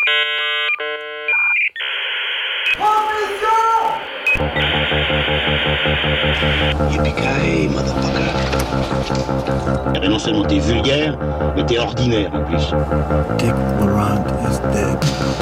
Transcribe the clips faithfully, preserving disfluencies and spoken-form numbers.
Yippee-ki-yay, motherfucker. Eh ben non seulement t'es vulgaire, mais t'es ordinaire en plus. Dick Laurent is dead.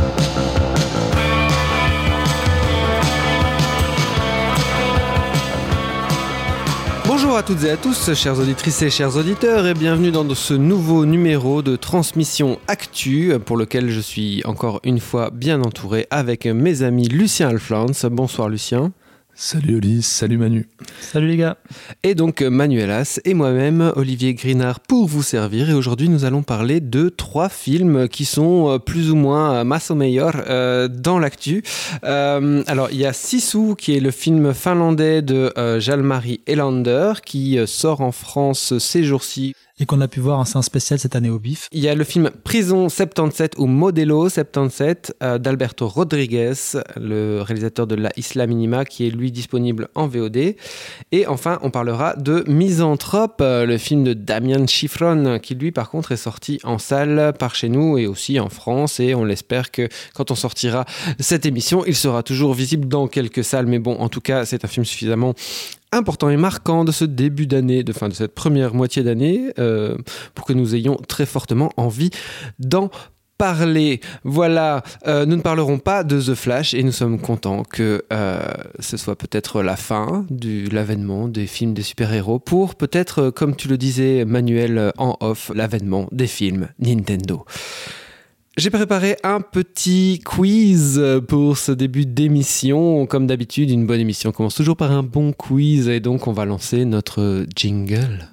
Bonjour à toutes et à tous, chères auditrices et chers auditeurs, et bienvenue dans ce nouveau numéro de Transmission Actu, pour lequel je suis encore une fois bien entouré avec mes amis Lucien Alflans. Bonsoir Lucien. Salut Ulysse, salut Manu. Salut les gars. Et donc Manuelas et moi-même, Olivier Grinard, pour vous servir. Et aujourd'hui, nous allons parler de trois films qui sont plus ou moins más o meillor euh, dans l'actu. Euh, alors, il y a Sisu, qui est le film finlandais de euh, Jalmari Elander, qui euh, sort en France ces jours-ci. Et qu'on a pu voir en séance spéciale cette année au B I F. Il y a le film Prison soixante-dix-sept ou Modelo soixante-dix-sept euh, d'Alberto Rodriguez, le réalisateur de La Isla Minima, qui est lui disponible en V O D. Et enfin, on parlera de Misanthrope, euh, le film de Damian Schifrin, qui lui par contre est sorti en salle par chez nous et aussi en France. Et on l'espère que quand on sortira cette émission, il sera toujours visible dans quelques salles. Mais bon, en tout cas, c'est un film suffisamment important et marquant de ce début d'année, de, fin, de cette première moitié d'année, euh, pour que nous ayons très fortement envie d'en parler. Voilà, euh, nous ne parlerons pas de The Flash et nous sommes contents que euh, ce soit peut-être la fin de l'avènement des films des super-héros pour peut-être, comme tu le disais Manuel en off, l'avènement des films Nintendo. J'ai préparé un petit quiz pour ce début d'émission. Comme d'habitude, une bonne émission commence toujours par un bon quiz et donc on va lancer notre jingle.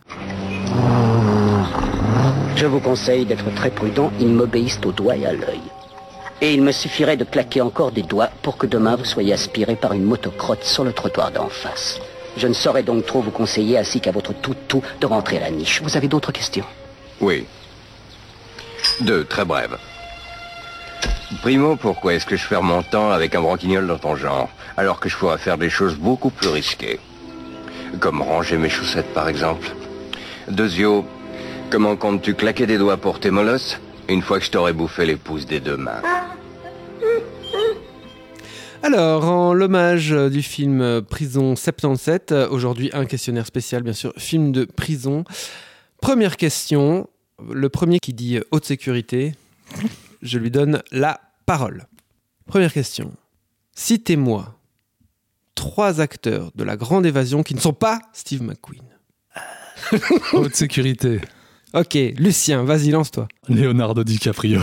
Je vous conseille d'être très prudent, ils m'obéissent au doigt et à l'œil. Et il me suffirait de claquer encore des doigts pour que demain vous soyez aspiré par une motocrotte sur le trottoir d'en face. Je ne saurais donc trop vous conseiller, ainsi qu'à votre tout-tout, de rentrer à la niche. Vous avez d'autres questions ? Oui. Deux, très brèves. Primo, pourquoi est-ce que je perds mon temps avec un branquignol dans ton genre, alors que je pourrais faire des choses beaucoup plus risquées? Comme ranger mes chaussettes, par exemple. Deuxio, comment comptes-tu claquer des doigts pour tes molosses, une fois que je t'aurai bouffé les pouces des deux mains? Alors, en l'hommage du film Prison soixante-dix-sept, aujourd'hui un questionnaire spécial, bien sûr, film de prison. Première question, le premier qui dit haute sécurité, je lui donne la parole. Première question. Citez-moi trois acteurs de La Grande Évasion qui ne sont pas Steve McQueen. Haute sécurité. Ok, Lucien, vas-y, lance-toi. Leonardo DiCaprio.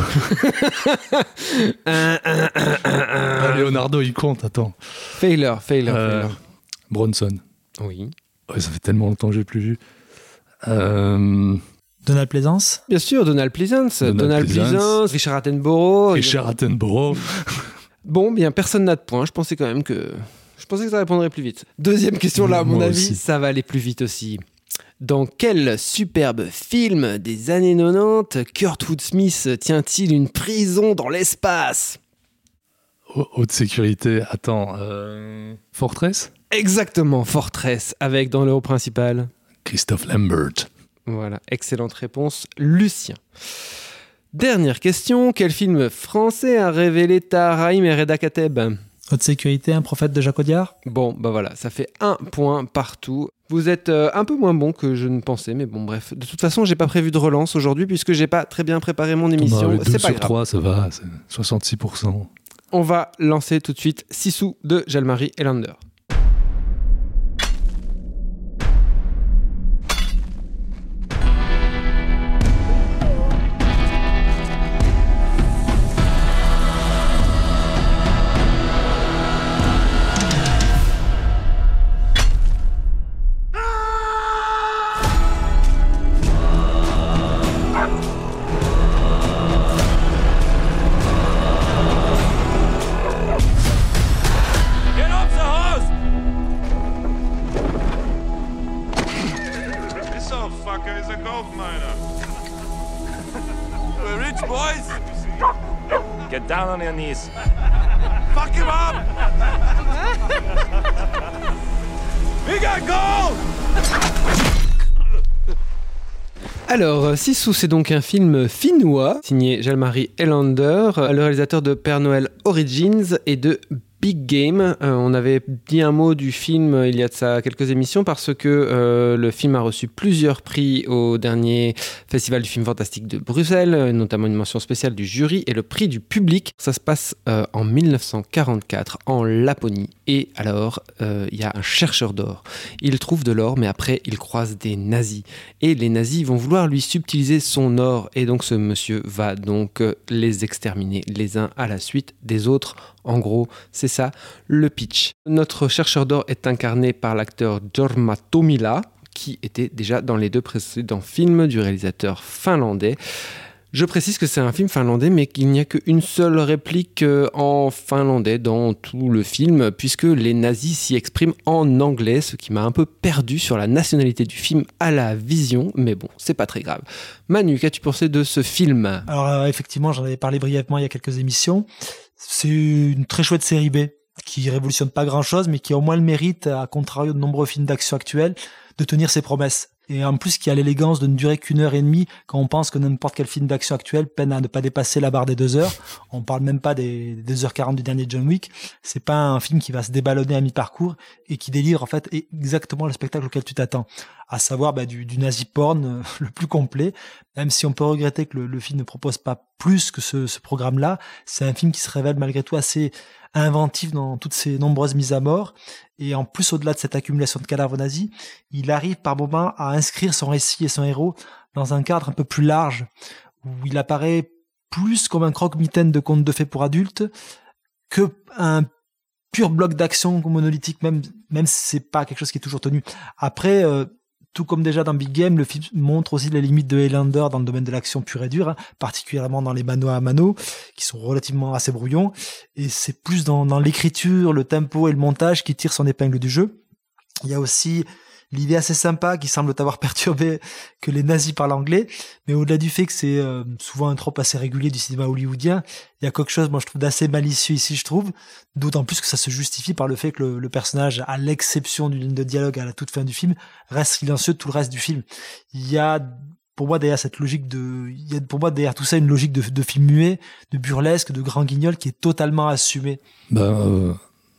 un, un, un, un, un. Leonardo, il compte, attends. Failure, failure, euh, failure. Bronson. Oui. Ouais, ça fait tellement longtemps que je l'ai plus vu. Euh... Donald Pleasance. Bien sûr, Donald Pleasance. Donald, Donald Pleasance. Pleasance, Richard Attenborough. Richard Attenborough. Bon, bien, personne n'a de points. Je pensais quand même que... Je pensais que ça répondrait plus vite. Deuxième question, là, à mon Moi avis, aussi. ça va aller plus vite aussi. Dans quel superbe film des années quatre-vingt-dix Kurtwood Smith tient-il une prison dans l'espace ? Haute sécurité, attends. Euh... Fortress ? Exactement, Fortress, avec dans le rôle principal Christophe Lambert. Voilà, excellente réponse, Lucien. Dernière question, quel film français a révélé Tahar et Reda Kateb ? Haute sécurité, un prophète de Jacques Audiard. Bon, bah voilà, ça fait un point partout. Vous êtes euh, un peu moins bon que je ne pensais, mais bon, bref. De toute façon, j'ai pas prévu de relance aujourd'hui puisque j'ai pas très bien préparé mon émission. deux C'est pas sur grave. trois, ça va, c'est soixante-six pour cent. On va lancer tout de suite Sisu de Jalmari Elander. Down on your knees. Fuck him up! We got gold! Alors, Sisu, c'est donc un film finnois, signé Jalmari Helander, le réalisateur de Père Noël Origins et de Big Game. Euh, on avait dit un mot du film euh, il y a de ça quelques émissions parce que euh, le film a reçu plusieurs prix au dernier Festival du film fantastique de Bruxelles, euh, notamment une mention spéciale du jury et le prix du public. Ça se passe euh, en dix-neuf cent quarante-quatre en Laponie. Et alors, il euh, y a un chercheur d'or. Il trouve de l'or, mais après, il croise des nazis. Et les nazis vont vouloir lui subtiliser son or. Et donc, ce monsieur va donc euh, les exterminer les uns à la suite des autres. En gros, c'est ça le pitch. Notre chercheur d'or est incarné par l'acteur Jorma Tommila, qui était déjà dans les deux précédents films du réalisateur finlandais. Je précise que c'est un film finlandais, mais qu'il n'y a qu'une seule réplique en finlandais dans tout le film, puisque les nazis s'y expriment en anglais, ce qui m'a un peu perdu sur la nationalité du film à la vision, mais bon, c'est pas très grave. Manu, qu'as-tu pensé de ce film ? Alors euh, effectivement, j'en avais parlé brièvement il y a quelques émissions. C'est une très chouette série B qui révolutionne pas grand-chose, mais qui a au moins le mérite, à contrario de nombreux films d'action actuels, de tenir ses promesses. Et en plus, qui a l'élégance de ne durer qu'une heure et demie, quand on pense que n'importe quel film d'action actuel peine à ne pas dépasser la barre des deux heures. On parle même pas des deux heures quarante du dernier John Wick. C'est pas un film qui va se déballonner à mi-parcours et qui délivre en fait exactement le spectacle auquel tu t'attends. À savoir bah, du, du nazi porn euh, le plus complet. Même si on peut regretter que le, le film ne propose pas plus que ce, ce programme-là, c'est un film qui se révèle malgré tout assez inventif dans toutes ses nombreuses mises à mort. Et en plus, au-delà de cette accumulation de cadavres nazis, il arrive par moments à inscrire son récit et son héros dans un cadre un peu plus large, où il apparaît plus comme un croque-mitaine de contes de fées pour adultes que un pur bloc d'action monolithique, même, même si c'est pas quelque chose qui est toujours tenu. Après, euh, tout comme déjà dans Big Game, le film montre aussi les limites de Helander dans le domaine de l'action pure et dure, hein, particulièrement dans les mano à mano, qui sont relativement assez brouillons. Et c'est plus dans, dans l'écriture, le tempo et le montage qui tirent son épingle du jeu. Il y a aussi l'idée assez sympa qui semble t'avoir perturbé que les nazis parlent anglais, mais au-delà du fait que c'est euh, souvent un trope assez régulier du cinéma hollywoodien, il y a quelque chose, moi je trouve, d'assez malicieux ici, je trouve, d'autant plus que ça se justifie par le fait que le, le personnage, à l'exception d'une ligne de dialogue à la toute fin du film, reste silencieux de tout le reste du film. Il y a pour moi derrière cette logique de, il y a pour moi derrière tout ça une logique de, de film muet, de burlesque, de grand guignol qui est totalement assumée. Ben euh...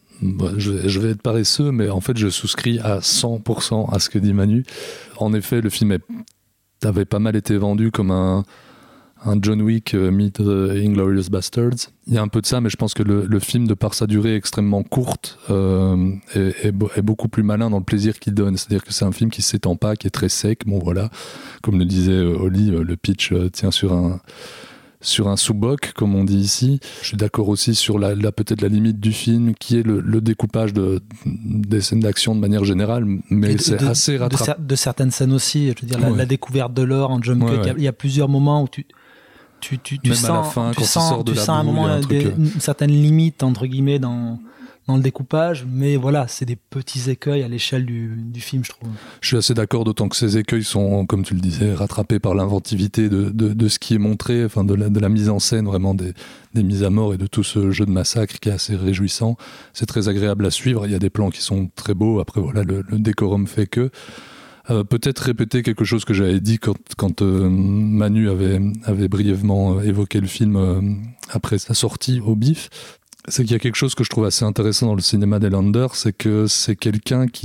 Je, je vais être paresseux, mais en fait, je souscris à cent pour cent à ce que dit Manu. En effet, le film est, avait pas mal été vendu comme un, un John Wick euh, meet the Inglourious Basterds. Il y a un peu de ça, mais je pense que le, le film, de par sa durée extrêmement courte, euh, est, est, est beaucoup plus malin dans le plaisir qu'il donne. C'est-à-dire que c'est un film qui s'étend pas, qui est très sec. Bon, voilà. Comme le disait euh, Oli, euh, le pitch euh, tient sur un... sur un sous-boc, comme on dit ici. Je suis d'accord aussi sur la, la, peut-être la limite du film, qui est le, le découpage de, des scènes d'action de manière générale, mais de, c'est de, assez rattrapé. De, de certaines scènes aussi, je veux dire, la, ouais. la découverte de l'or en jump ouais, cut, il ouais. y, y a plusieurs moments où tu... Tu, tu, tu Même sens, à la fin, tu quand sens, il sort de tu la sens à un moment un des, une certaine limite, entre guillemets, dans... dans le découpage, mais voilà, c'est des petits écueils à l'échelle du, du film, je trouve. Je suis assez d'accord, d'autant que ces écueils sont, comme tu le disais, rattrapés par l'inventivité de, de, de ce qui est montré, enfin de la, de la mise en scène, vraiment des, des mises à mort et de tout ce jeu de massacre qui est assez réjouissant. C'est très agréable à suivre, il y a des plans qui sont très beaux, après voilà, le, le décorum fait que... Euh, peut-être répéter quelque chose que j'avais dit quand, quand euh, Manu avait, avait brièvement euh, évoqué le film euh, après sa sortie au B I F. C'est qu'il y a quelque chose que je trouve assez intéressant dans le cinéma d'Helander, c'est que c'est quelqu'un qui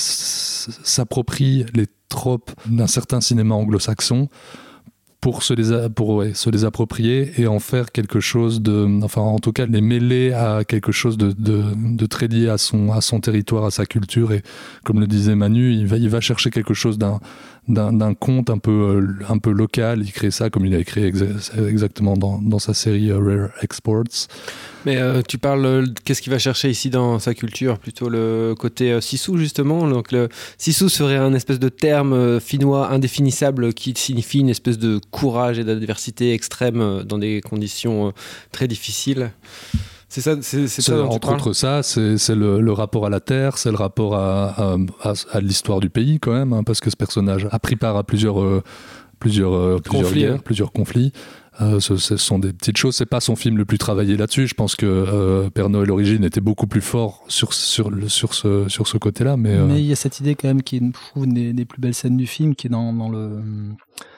s- s'approprie les tropes d'un certain cinéma anglo-saxon pour se les, a, pour, ouais, se les approprier et en faire quelque chose de... Enfin, en tout cas, les mêler à quelque chose de, de, de très lié à son, à son territoire, à sa culture. Et comme le disait Manu, il va, il va chercher quelque chose d'un... D'un, d'un conte un peu, un peu local. Il crée ça comme il a créé exa- exactement dans, dans sa série uh, Rare Exports. Mais euh, tu parles, euh, qu'est-ce qu'il va chercher ici dans sa culture ? Plutôt le côté euh, Sisu, justement. Donc, le Sisu serait un espèce de terme euh, finnois indéfinissable qui signifie une espèce de courage et d'adversité extrême euh, dans des conditions euh, très difficiles. C'est ça, c'est, c'est c'est, ça dont entre tu parles. autres ça, c'est, c'est le, le rapport à la terre, c'est le rapport à, à, à, à l'histoire du pays quand même, hein, parce que ce personnage a pris part à plusieurs, euh, plusieurs, euh, plusieurs conflits, guerres, hein. plusieurs conflits. Euh, ce, ce sont des petites choses. C'est pas son film le plus travaillé là-dessus. Je pense que euh, Père Noël Origins était beaucoup plus fort sur sur le, sur ce sur ce côté-là. Mais euh... mais il y a cette idée quand même qui est, je trouve, une des, des plus belles scènes du film, qui est dans dans le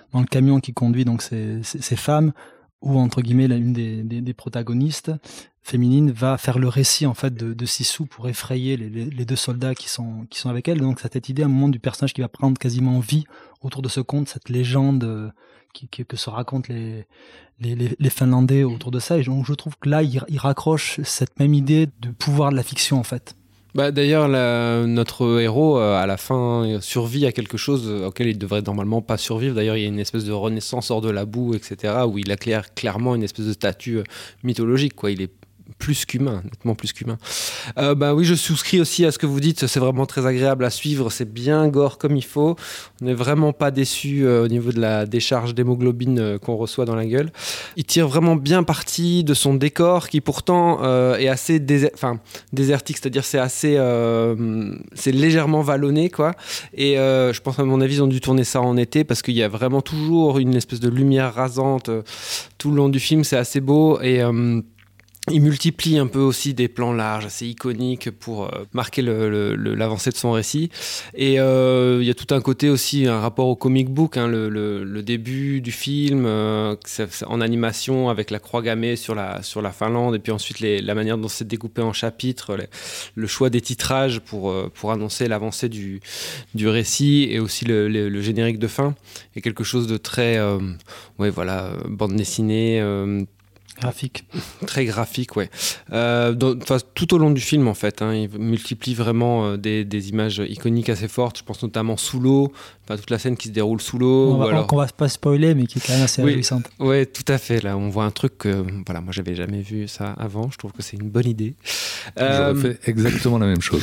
dans le camion qui conduit donc ces, ces, ces femmes, où entre guillemets l'une des, des, des protagonistes féminines va faire le récit en fait de, de Sisu pour effrayer les, les, les deux soldats qui sont qui sont avec elle. Donc c'est cette idée à un moment du personnage qui va prendre quasiment vie autour de ce conte, cette légende euh, qui, qui, que se racontent les, les les les Finlandais autour de ça. Et donc je trouve que là il, il raccroche cette même idée de pouvoir de la fiction en fait. Bah, d'ailleurs, la, notre héros, euh, à la fin, survit à quelque chose auquel il devrait normalement pas survivre. D'ailleurs, il y a une espèce de renaissance hors de la boue, et cetera, où il acquiert clairement une espèce de statut euh, mythologique, quoi. Il est plus qu'humain, nettement plus qu'humain. Euh, bah oui, je souscris aussi à ce que vous dites, c'est vraiment très agréable à suivre, c'est bien gore comme il faut, on n'est vraiment pas déçu euh, au niveau de la décharge d'hémoglobine euh, qu'on reçoit dans la gueule. Il tire vraiment bien parti de son décor qui pourtant euh, est assez désert... enfin, désertique, c'est-à-dire c'est assez euh, c'est légèrement vallonné, quoi. Et euh, je pense à mon avis ils ont dû tourner ça en été parce qu'il y a vraiment toujours une espèce de lumière rasante euh, tout le long du film, c'est assez beau. Et euh, il multiplie un peu aussi des plans larges, assez iconiques pour euh, marquer le, le, le, l'avancée de son récit. Et euh, il y a tout un côté aussi, un rapport au comic book, hein, le, le, le début du film, euh, c'est, c'est en animation avec la croix gammée sur la, sur la Finlande, et puis ensuite les, la manière dont c'est découpé en chapitres, les, le choix des titrages pour, euh, pour annoncer l'avancée du, du récit, et aussi le, le, le générique de fin, est quelque chose de très, euh, ouais, voilà, bande dessinée, euh, graphique. Très graphique, ouais. Euh, dans, tout au long du film, en fait, hein, il multiplie vraiment euh, des, des images iconiques assez fortes. Je pense notamment sous l'eau, enfin, toute la scène qui se déroule sous l'eau. On va, alors... qu'on va pas spoiler, mais qui est quand même assez oui, réjouissante. Oui, tout à fait. Là, on voit un truc que, voilà, moi, j'avais jamais vu ça avant. Je trouve que c'est une bonne idée. J'aurais euh... fait exactement la même chose.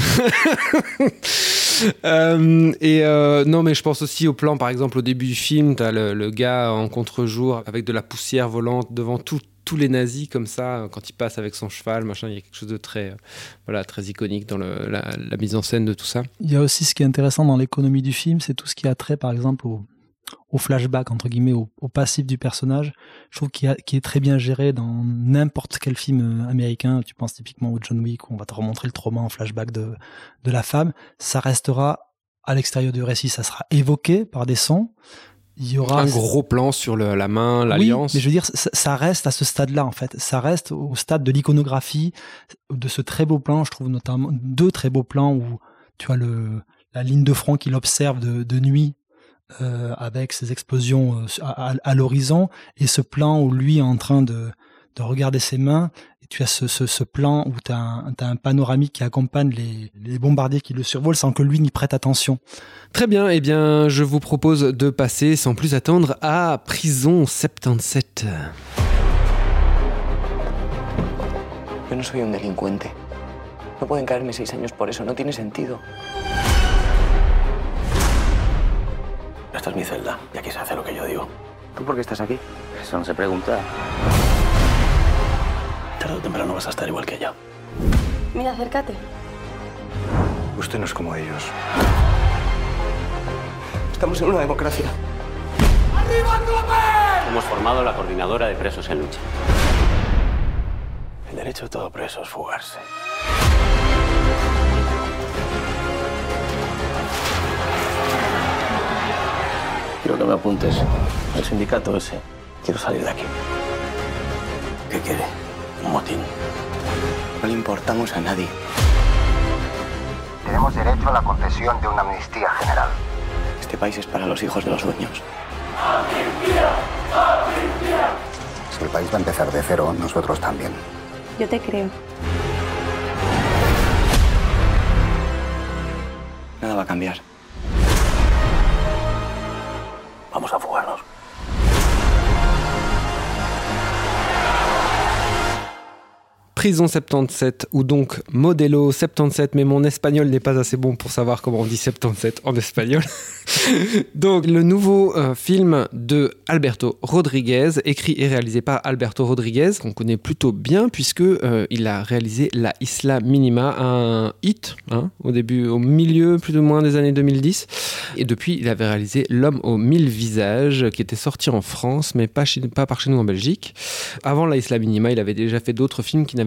euh, et euh, non, mais je pense aussi au plan, par exemple, au début du film, t'as le, le gars en contre-jour avec de la poussière volante devant tout. tous les nazis comme ça, quand il passe avec son cheval, machin, il y a quelque chose de très, euh, voilà, très iconique dans le, la, la mise en scène de tout ça. Il y a aussi ce qui est intéressant dans l'économie du film, c'est tout ce qui a trait, par exemple, au, au flashback, entre guillemets, au, au passif du personnage. Je trouve qu'il, a, qu'il est très bien géré dans n'importe quel film américain. Tu penses typiquement au John Wick, où on va te remontrer le trauma en flashback de, de la femme. Ça restera à l'extérieur du récit, ça sera évoqué par des sons. Il y aura un gros plan sur le, la main, l'alliance. Oui, mais je veux dire, ça, ça reste à ce stade-là, en fait. Ça reste au stade de l'iconographie, de ce très beau plan. Je trouve notamment deux très beaux plans où tu as le, la ligne de front qu'il observe de, de nuit, euh, avec ses explosions à, à, à l'horizon, et ce plan où lui est en train de, de regarder ses mains. Et tu as ce, ce, ce plan où tu as un, t'as un panoramique qui accompagne les, les bombardiers qui le survolent sans que lui n'y prête attention. Très bien, eh bien, je vous propose de passer sans plus attendre à Prison soixante-dix-sept. Yo no soy un delincuente. No pueden caerme seis años por eso, no tiene sentido. Esta es mi celda y aquí se hace lo que yo digo. ¿Tú por qué estás aquí? Eso no se pregunta. Tarde o temprano vas a estar igual que yo. Mira, acércate. Usted no es como ellos. Estamos en una democracia. ¡Arriba, Cope! Hemos formado la coordinadora de presos en lucha. El derecho de todo preso es fugarse. Quiero que me apuntes al sindicato ese. Quiero salir de aquí. ¿Qué quiere? Un motín. No le importamos a nadie. Tenemos derecho a la concesión de una amnistía general. Este país es para los hijos de los dueños. ¡Amnistía! ¡Amnistía! Si el país va a empezar de cero, nosotros también. Yo te creo. Nada va a cambiar. Vamos a fugarnos. Prison soixante-dix-sept, ou donc Modelo soixante-dix-sept, mais mon espagnol n'est pas assez bon pour savoir comment on dit soixante-dix-sept en espagnol. Donc, le nouveau euh, film de Alberto Rodriguez, écrit et réalisé par Alberto Rodriguez, qu'on connaît plutôt bien, puisque euh, il a réalisé La Isla Minima, un hit, hein, au début, au milieu, plus ou moins des années deux mille dix. Et depuis, il avait réalisé L'Homme aux mille visages, qui était sorti en France, mais pas, chez, pas par chez nous en Belgique. Avant La Isla Minima, il avait déjà fait d'autres films qui n'avaient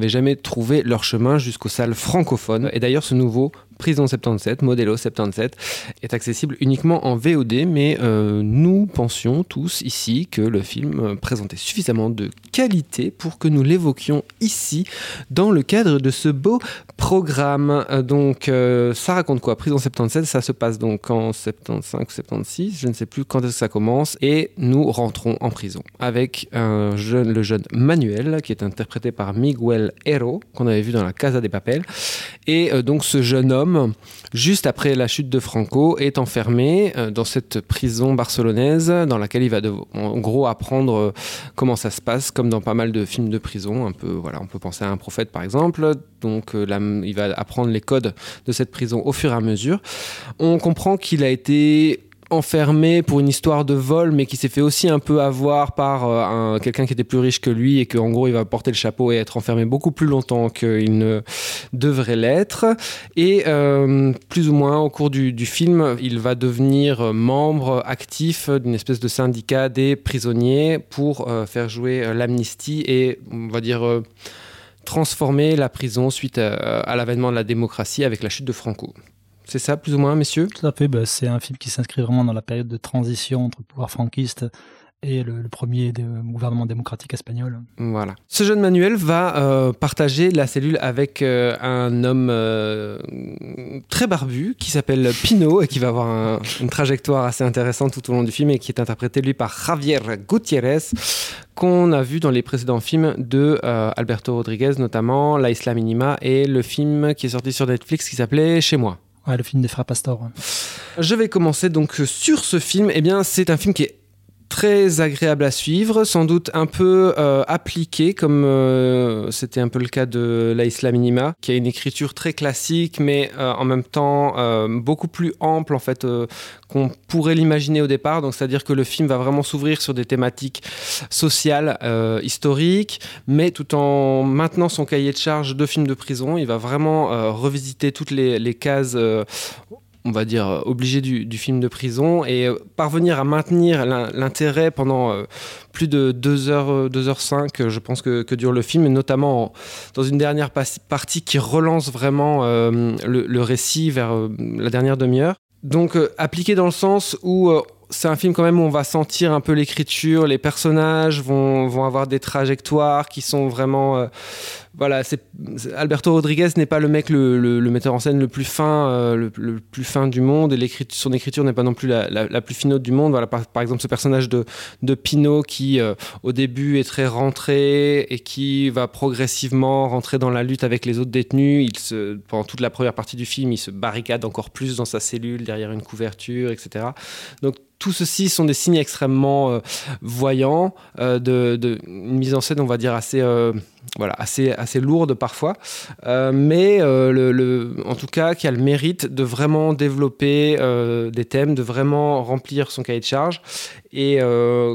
n'avaient jamais trouvé leur chemin jusqu'aux salles francophones. Et d'ailleurs, ce nouveau Prison soixante-dix-sept, Modelo soixante-dix-sept, est accessible uniquement en V O D, mais euh, nous pensions tous ici que le film présentait suffisamment de qualité pour que nous l'évoquions ici, dans le cadre de ce beau programme. Donc, euh, ça raconte quoi ? Prison soixante-dix-sept, ça se passe donc en soixante-quinze ou soixante-seize, je ne sais plus quand est-ce que ça commence, et nous rentrons en prison avec un jeune, le jeune Manuel, qui est interprété par Miguel Hero, qu'on avait vu dans La Casa de Papel, et euh, donc ce jeune homme, juste après la chute de Franco, est enfermé euh, dans cette prison barcelonaise dans laquelle il va de, en gros apprendre euh, comment ça se passe, comme dans pas mal de films de prison. Un peu, voilà, on peut penser à Un Prophète par exemple. Donc euh, là, il va apprendre les codes de cette prison au fur et à mesure. On comprend qu'il a été enfermé pour une histoire de vol, mais qui s'est fait aussi un peu avoir par euh, un, quelqu'un qui était plus riche que lui, et qu'en gros il va porter le chapeau et être enfermé beaucoup plus longtemps qu'il ne devrait l'être. Et euh, plus ou moins au cours du, du film, il va devenir membre actif d'une espèce de syndicat des prisonniers pour euh, faire jouer euh, l'amnistie et, on va dire, euh, transformer la prison suite à, à l'avènement de la démocratie avec la chute de Franco. C'est ça, plus ou moins, messieurs ? Tout à fait. Bah, c'est un film qui s'inscrit vraiment dans la période de transition entre le pouvoir franquiste et le, le premier de, gouvernement démocratique espagnol. Voilà. Ce jeune Manuel va euh, partager la cellule avec euh, un homme euh, très barbu qui s'appelle Pino et qui va avoir un, une trajectoire assez intéressante tout au long du film et qui est interprété, lui, par Javier Gutiérrez, qu'on a vu dans les précédents films de euh, Alberto Rodriguez, notamment La Isla Minima et le film qui est sorti sur Netflix qui s'appelait Chez moi. Ouais, le film des frères Pastor. Ouais. Je vais commencer donc sur ce film. Eh bien, c'est un film qui est très agréable à suivre, sans doute un peu euh, appliqué, comme euh, c'était un peu le cas de La Isla Minima, qui a une écriture très classique, mais euh, en même temps euh, beaucoup plus ample en fait euh, qu'on pourrait l'imaginer au départ. Donc, c'est-à-dire que le film va vraiment s'ouvrir sur des thématiques sociales, euh, historiques, mais tout en maintenant son cahier de charge de film de prison. Il va vraiment euh, revisiter toutes les, les cases euh, on va dire, obligé du, du film de prison et parvenir à maintenir l'intérêt pendant euh, plus de deux heures, deux heures cinq, je pense que, que dure le film, et notamment en, dans une dernière pas- partie qui relance vraiment euh, le, le récit vers euh, la dernière demi-heure. Donc, euh, appliqué dans le sens où euh, c'est un film quand même où on va sentir un peu l'écriture, les personnages vont, vont avoir des trajectoires qui sont vraiment... Euh, voilà, c'est, Alberto Rodriguez n'est pas le mec, le, le, le metteur en scène le plus fin, euh, le, le plus fin du monde, et l'écriture, son écriture n'est pas non plus la, la, la plus finaude du monde. Voilà, par, par exemple, ce personnage de, de Pino qui, euh, au début, est très rentré et qui va progressivement rentrer dans la lutte avec les autres détenus. Il se, pendant toute la première partie du film, il se barricade encore plus dans sa cellule, derrière une couverture, et cetera. Donc, tout ceci sont des signes extrêmement euh, voyants, euh, de, de une mise en scène, on va dire, assez, euh, voilà, assez, assez lourde parfois, euh, mais euh, le, le, en tout cas qui a le mérite de vraiment développer euh, des thèmes, de vraiment remplir son cahier de charge, et euh,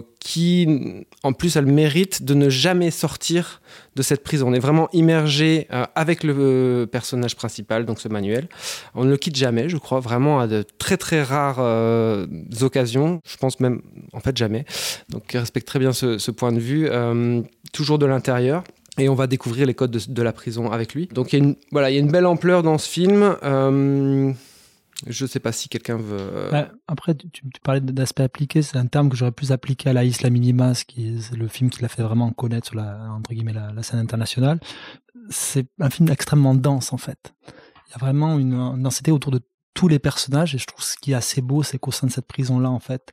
qui en plus a le mérite de ne jamais sortir de cette prison. On est vraiment immergé euh, avec le personnage principal, donc ce Manuel. On ne le quitte jamais, je crois, vraiment à de très très rares euh, occasions. Je pense même, en fait, jamais. Donc, il respecte très bien ce, ce point de vue, euh, toujours de l'intérieur. Et on va découvrir les codes de, de la prison avec lui. Donc, il y a une, voilà, il y a une belle ampleur dans ce film. Euh, Je ne sais pas si quelqu'un veut... Bah, après, tu, tu parlais d'aspect appliqué, c'est un terme que j'aurais plus appliqué à La Isla Minima, qui est le film qui l'a fait vraiment connaître sur la, entre guillemets, la, la scène internationale. C'est un film extrêmement dense, en fait. Il y a vraiment une, une densité autour de tous les personnages, et je trouve ce qui est assez beau, c'est qu'au sein de cette prison-là, en fait,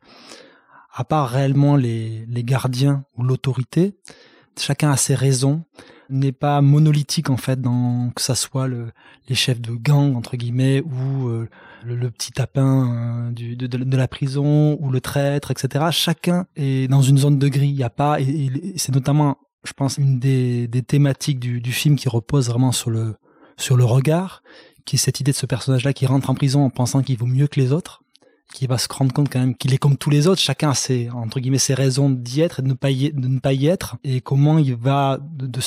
à part réellement les, les gardiens ou l'autorité, chacun a ses raisons, n'est pas monolithique en fait, dans que ça soit le, les chefs de gang entre guillemets ou euh, le, le petit tapin euh, du, de, de la prison ou le traître, et cetera. Chacun est dans une zone de gris. Il y a pas, et, et c'est notamment, je pense, une des, des thématiques du, du film qui repose vraiment sur le sur le regard, qui est cette idée de ce personnage-là qui rentre en prison en pensant qu'il vaut mieux que les autres, qui va se rendre compte quand même qu'il est comme tous les autres. Chacun a ses, entre guillemets, ses raisons d'y être et de ne pas y, de ne pas y être, et comment il va de, de cette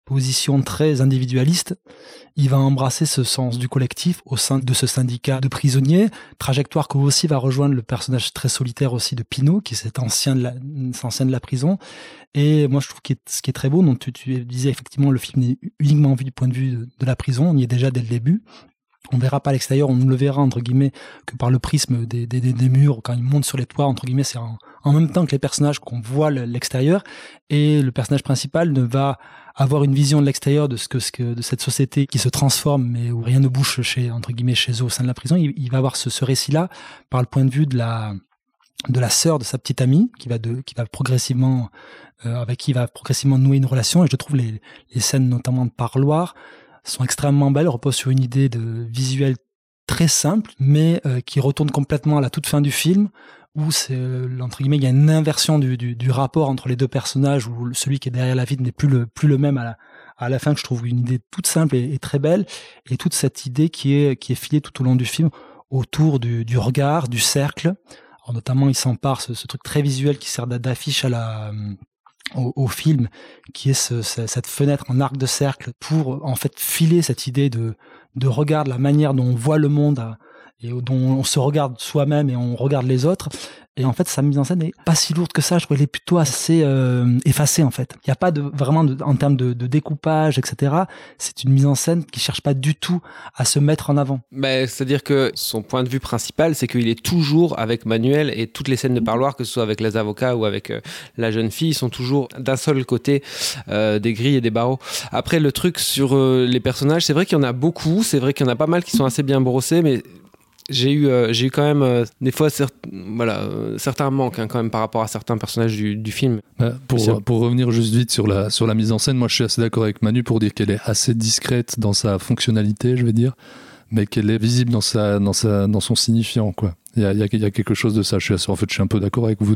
position très individualiste, il va embrasser ce sens du collectif au sein de ce syndicat de prisonniers, trajectoire que aussi va rejoindre le personnage très solitaire aussi de Pinot, qui est cet ancien de la, cet ancien de la prison. Et moi, je trouve que ce qui est très beau, donc tu, tu disais effectivement, le film est uniquement vu du point de vue de, de la prison, on y est déjà dès le début. On verra pas à l'extérieur, on ne le verra entre guillemets que par le prisme des, des, des murs quand ils montent sur les toits, entre guillemets, c'est en, en même temps que les personnages qu'on voit l'extérieur, et le personnage principal ne va avoir une vision de l'extérieur de ce que, ce que de cette société qui se transforme mais où rien ne bouge chez entre guillemets chez eux au sein de la prison. Il, il va avoir ce, ce récit-là par le point de vue de la de la sœur de sa petite amie qui va de qui va progressivement euh, avec qui il va progressivement nouer une relation, et je trouve les les scènes notamment de parloir sont extrêmement belles, reposent sur une idée de visuel très simple, mais euh, qui retourne complètement à la toute fin du film, où c'est, euh, entre guillemets, il y a une inversion du, du, du rapport entre les deux personnages, où celui qui est derrière la vitre n'est plus le, plus le même à la, à la fin, que je trouve une idée toute simple et, et très belle, et toute cette idée qui est, qui est filée tout au long du film, autour du, du regard, du cercle. Alors, notamment, il s'empare ce, ce truc très visuel qui sert d'affiche à la... Au, au film, qui est ce, ce, cette fenêtre en arc de cercle pour en fait filer cette idée de, de regard, de la manière dont on voit le monde à, et dont on se regarde soi-même et on regarde les autres. Et en fait, sa mise en scène est pas si lourde que ça. Je trouve qu'elle est plutôt assez euh, effacée en fait. Il n'y a pas de vraiment de, en termes de, de découpage, et cetera. C'est une mise en scène qui cherche pas du tout à se mettre en avant. Bah, c'est-à-dire que son point de vue principal, c'est qu'il est toujours avec Manuel, et toutes les scènes de parloir, que ce soit avec les avocats ou avec euh, la jeune fille, sont toujours d'un seul côté euh, des grilles et des barreaux. Après, le truc sur euh, les personnages, c'est vrai qu'il y en a beaucoup. C'est vrai qu'il y en a pas mal qui sont assez bien brossés, mais J'ai eu, euh, j'ai eu quand même euh, des fois cert- voilà, euh, certains manques hein, quand même par rapport à certains personnages du, du film. Bah, pour, pour revenir juste vite sur la, sur la mise en scène, moi je suis assez d'accord avec Manu pour dire qu'elle est assez discrète dans sa fonctionnalité, je vais dire, mais qu'elle est visible dans, sa, dans, sa, dans son signifiant, quoi. Il y a, il y a, il y a quelque chose de ça. Je suis assez, en fait, je suis un peu d'accord avec vous.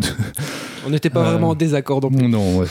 On n'était pas euh, vraiment en désaccord donc. Non, ouais.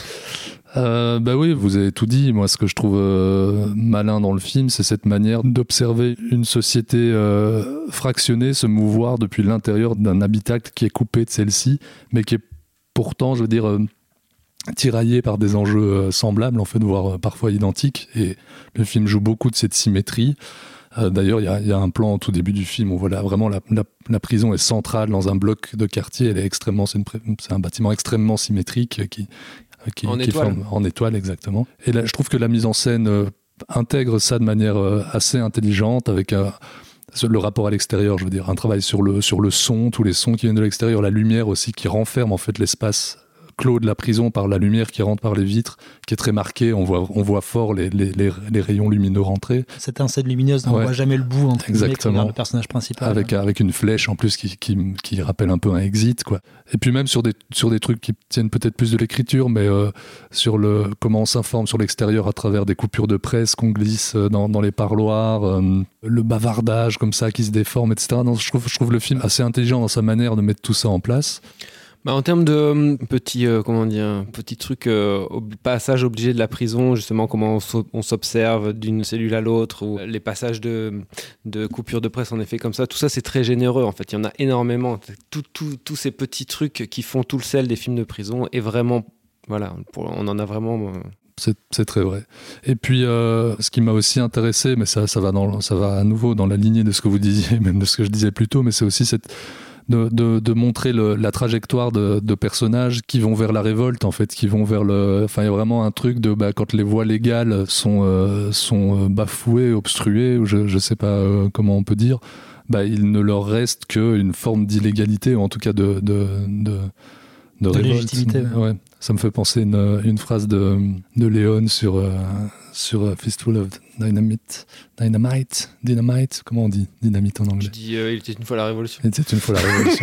Euh, bah oui, vous avez tout dit. Moi, ce que je trouve euh, malin dans le film, c'est cette manière d'observer une société euh, fractionnée se mouvoir depuis l'intérieur d'un habitacle qui est coupé de celle-ci, mais qui est pourtant, je veux dire, euh, tiraillé par des enjeux euh, semblables, en fait, voire euh, parfois identiques. Et le film joue beaucoup de cette symétrie. Euh, d'ailleurs, il y, y a un plan au tout début du film où voilà, vraiment la, la, la prison est centrale dans un bloc de quartier. Elle est extrêmement, c'est, une, c'est un bâtiment extrêmement symétrique qui Qui, en, qui étoile. Forme, en étoile, exactement. Et là, je trouve que la mise en scène euh, intègre ça de manière euh, assez intelligente, avec euh, le rapport à l'extérieur, je veux dire, un travail sur le, sur le son, tous les sons qui viennent de l'extérieur, la lumière aussi qui renferme en fait l'espace clos de la prison par la lumière qui rentre par les vitres, qui est très marquée. On voit, on voit fort les, les, les, les rayons lumineux rentrer. Cette enseigne lumineuse dont ouais. on voit jamais le bout entre Exactement. le personnage principal. Avec, ouais. avec une flèche en plus qui, qui, qui rappelle un peu un exit, quoi. Et puis même sur des, sur des trucs qui tiennent peut-être plus de l'écriture, mais euh, sur le, comment on s'informe sur l'extérieur à travers des coupures de presse qu'on glisse dans, dans les parloirs, euh, le bavardage comme ça qui se déforme, et cetera. Non, je trouve, je trouve le film assez intelligent dans sa manière de mettre tout ça en place. Bah en termes de euh, petits euh, comment dire petits trucs euh, ob- passage obligé de la prison, justement comment on, so- on s'observe d'une cellule à l'autre, ou les passages de de coupure de presse en effet comme ça, tout ça c'est très généreux en fait. Il y en a énormément. Tous tout, tout ces petits trucs qui font tout le sel des films de prison, et vraiment voilà, pour, on en a vraiment. Euh... C'est, c'est très vrai. Et puis, euh, ce qui m'a aussi intéressé, mais ça, ça va dans, ça va à nouveau dans la lignée de ce que vous disiez, même de ce que je disais plus tôt, mais c'est aussi cette De, de, de montrer le, la trajectoire de, de personnages qui vont vers la révolte, en fait, qui vont vers le... Enfin, il y a vraiment un truc de bah, quand les voies légales sont, euh, sont bafouées, obstruées, ou je ne sais pas euh, comment on peut dire, bah, il ne leur reste qu'une forme d'illégalité, ou en tout cas de, de, de, de, de révolte. Légitimité. Ouais. Ouais. Ça me fait penser une, une phrase de, de Léon sur, euh, sur Fistful of Dynamite. Dynamite Dynamite Comment on dit dynamite en anglais? Je dis euh, il était une fois la révolution. Il était une fois la révolution.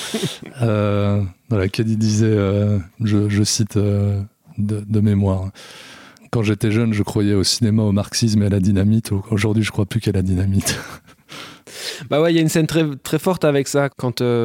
euh, dans laquelle il disait, euh, je, je cite euh, de, de mémoire, quand j'étais jeune, je croyais au cinéma, au marxisme et à la dynamite. Aujourd'hui, je crois plus qu'à la dynamite. Bah ouais, il y a une scène très, très forte avec ça, quand euh,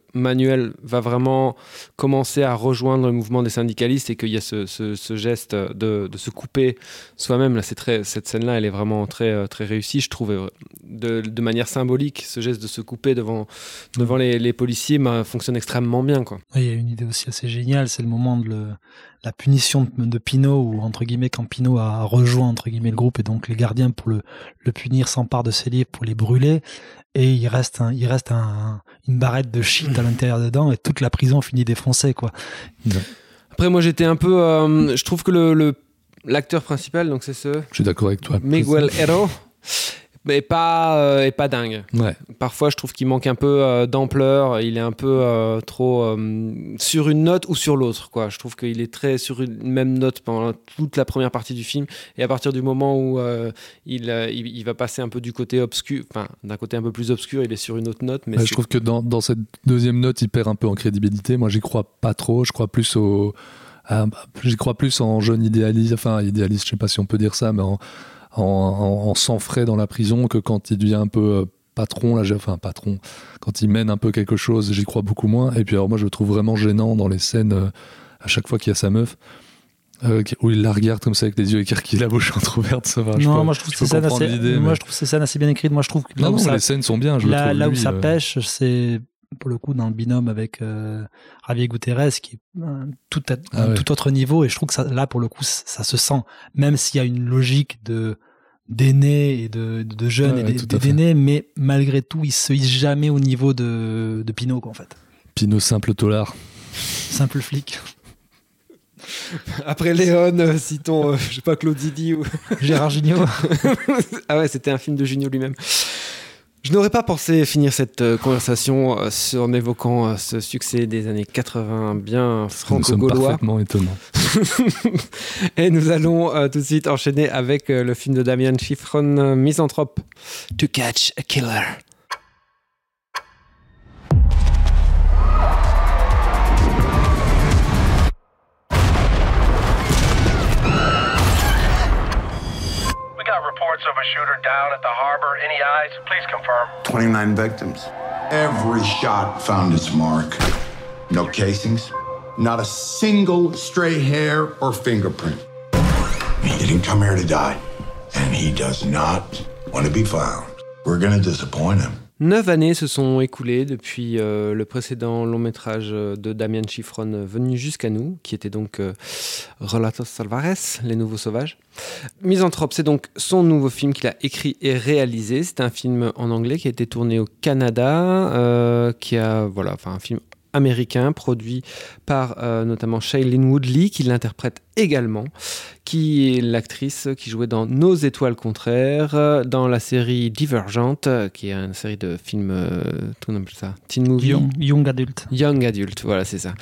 Manuel va vraiment commencer à rejoindre le mouvement des syndicalistes et qu'il y a ce, ce, ce geste de, de se couper soi-même. Là, c'est très, cette scène-là, elle est vraiment très, très réussie, je trouve. De, de manière symbolique, ce geste de se couper devant, devant les, les policiers bah, fonctionne extrêmement bien, quoi. Il y a une idée aussi assez géniale, c'est le moment de le, la punition de, de Pino, où entre guillemets, quand Pino a rejoint entre guillemets le groupe et donc les gardiens pour le, le punir s'emparent de ses livres pour les brûler. Et il reste, un, il reste un, une barrette de shit à l'intérieur dedans et toute la prison finit défoncée, quoi. Ouais. Après, moi, j'étais un peu... Euh, je trouve que le, le, l'acteur principal, donc c'est ce... Je suis d'accord avec toi. Miguel Hero, est pas, euh, est pas dingue. Ouais. Parfois, je trouve qu'il manque un peu euh, d'ampleur. Il est un peu euh, trop euh, sur une note ou sur l'autre, quoi. Je trouve qu'il est très sur une même note pendant toute la première partie du film. Et à partir du moment où euh, il, euh, il, il va passer un peu du côté obscur, enfin, d'un côté un peu plus obscur, il est sur une autre note. Mais ouais, je trouve que dans, dans cette deuxième note, il perd un peu en crédibilité. Moi, j'y crois pas trop. Je crois plus au... À, j'y crois plus en jeune idéaliste. Enfin, idéaliste, je sais pas si on peut dire ça, mais en... En, en, en sang frais dans la prison, que quand il devient un peu euh, patron, là, enfin patron, quand il mène un peu quelque chose, j'y crois beaucoup moins. Et puis alors moi je le trouve vraiment gênant dans les scènes, euh, à chaque fois qu'il y a sa meuf, euh, où il la regarde comme ça avec les yeux écarquillés, la bouche entrouverte. Ça va, non, je moi peux, je trouve je ces scènes assez, mais... moi je trouve ces scènes assez bien écrites. Moi je trouve que non, non, ça, les scènes sont bien. Je là, le trouve, là où lui, ça euh... pêche, c'est pour le coup dans le binôme avec euh, Javier Gutiérrez, qui est euh, tout à ah, un ouais. tout autre niveau. Et je trouve que ça, là pour le coup ça, ça se sent, même s'il y a une logique de d'aînés et de, de jeunes ouais, et ouais, d'aînés, mais malgré tout, il se hisse jamais au niveau de, de Pino, quoi, en fait. Pino simple tolard. Simple flic. Après Léon, euh, citons, euh, je sais pas, Claude Zidi ou... Gérard Jugnot. Ah ouais, c'était un film de Jugnot lui-même. Je n'aurais pas pensé finir cette euh, conversation euh, en évoquant euh, ce succès des années quatre-vingts bien franco-gaulois. Nous sommes parfaitement étonnants. Et nous allons euh, tout de suite enchaîner avec euh, le film de Damian Schifrin, euh, Misanthrope, To Catch a Killer. Of a shooter down at the harbor. Any eyes? Please confirm. twenty-nine victims. Every shot found its mark. No casings. Not a single stray hair or fingerprint. He didn't come here to die. And he does not want to be found. We're going to disappoint him. Neuf années se sont écoulées depuis euh, le précédent long métrage de Damian Schifrin euh, venu jusqu'à nous, qui était donc euh, Relatos Salvajes, Les Nouveaux Sauvages. Misanthrope, c'est donc son nouveau film qu'il a écrit et réalisé. C'est un film en anglais qui a été tourné au Canada, euh, qui a, voilà, enfin un film américain produit par euh, notamment Shailene Woodley, qui l'interprète également, qui est l'actrice qui jouait dans Nos étoiles contraires, dans la série Divergente, qui est une série de films, euh, tout nom plus ça, teen movie, Young, young Adult. Young Adult, voilà, c'est ça.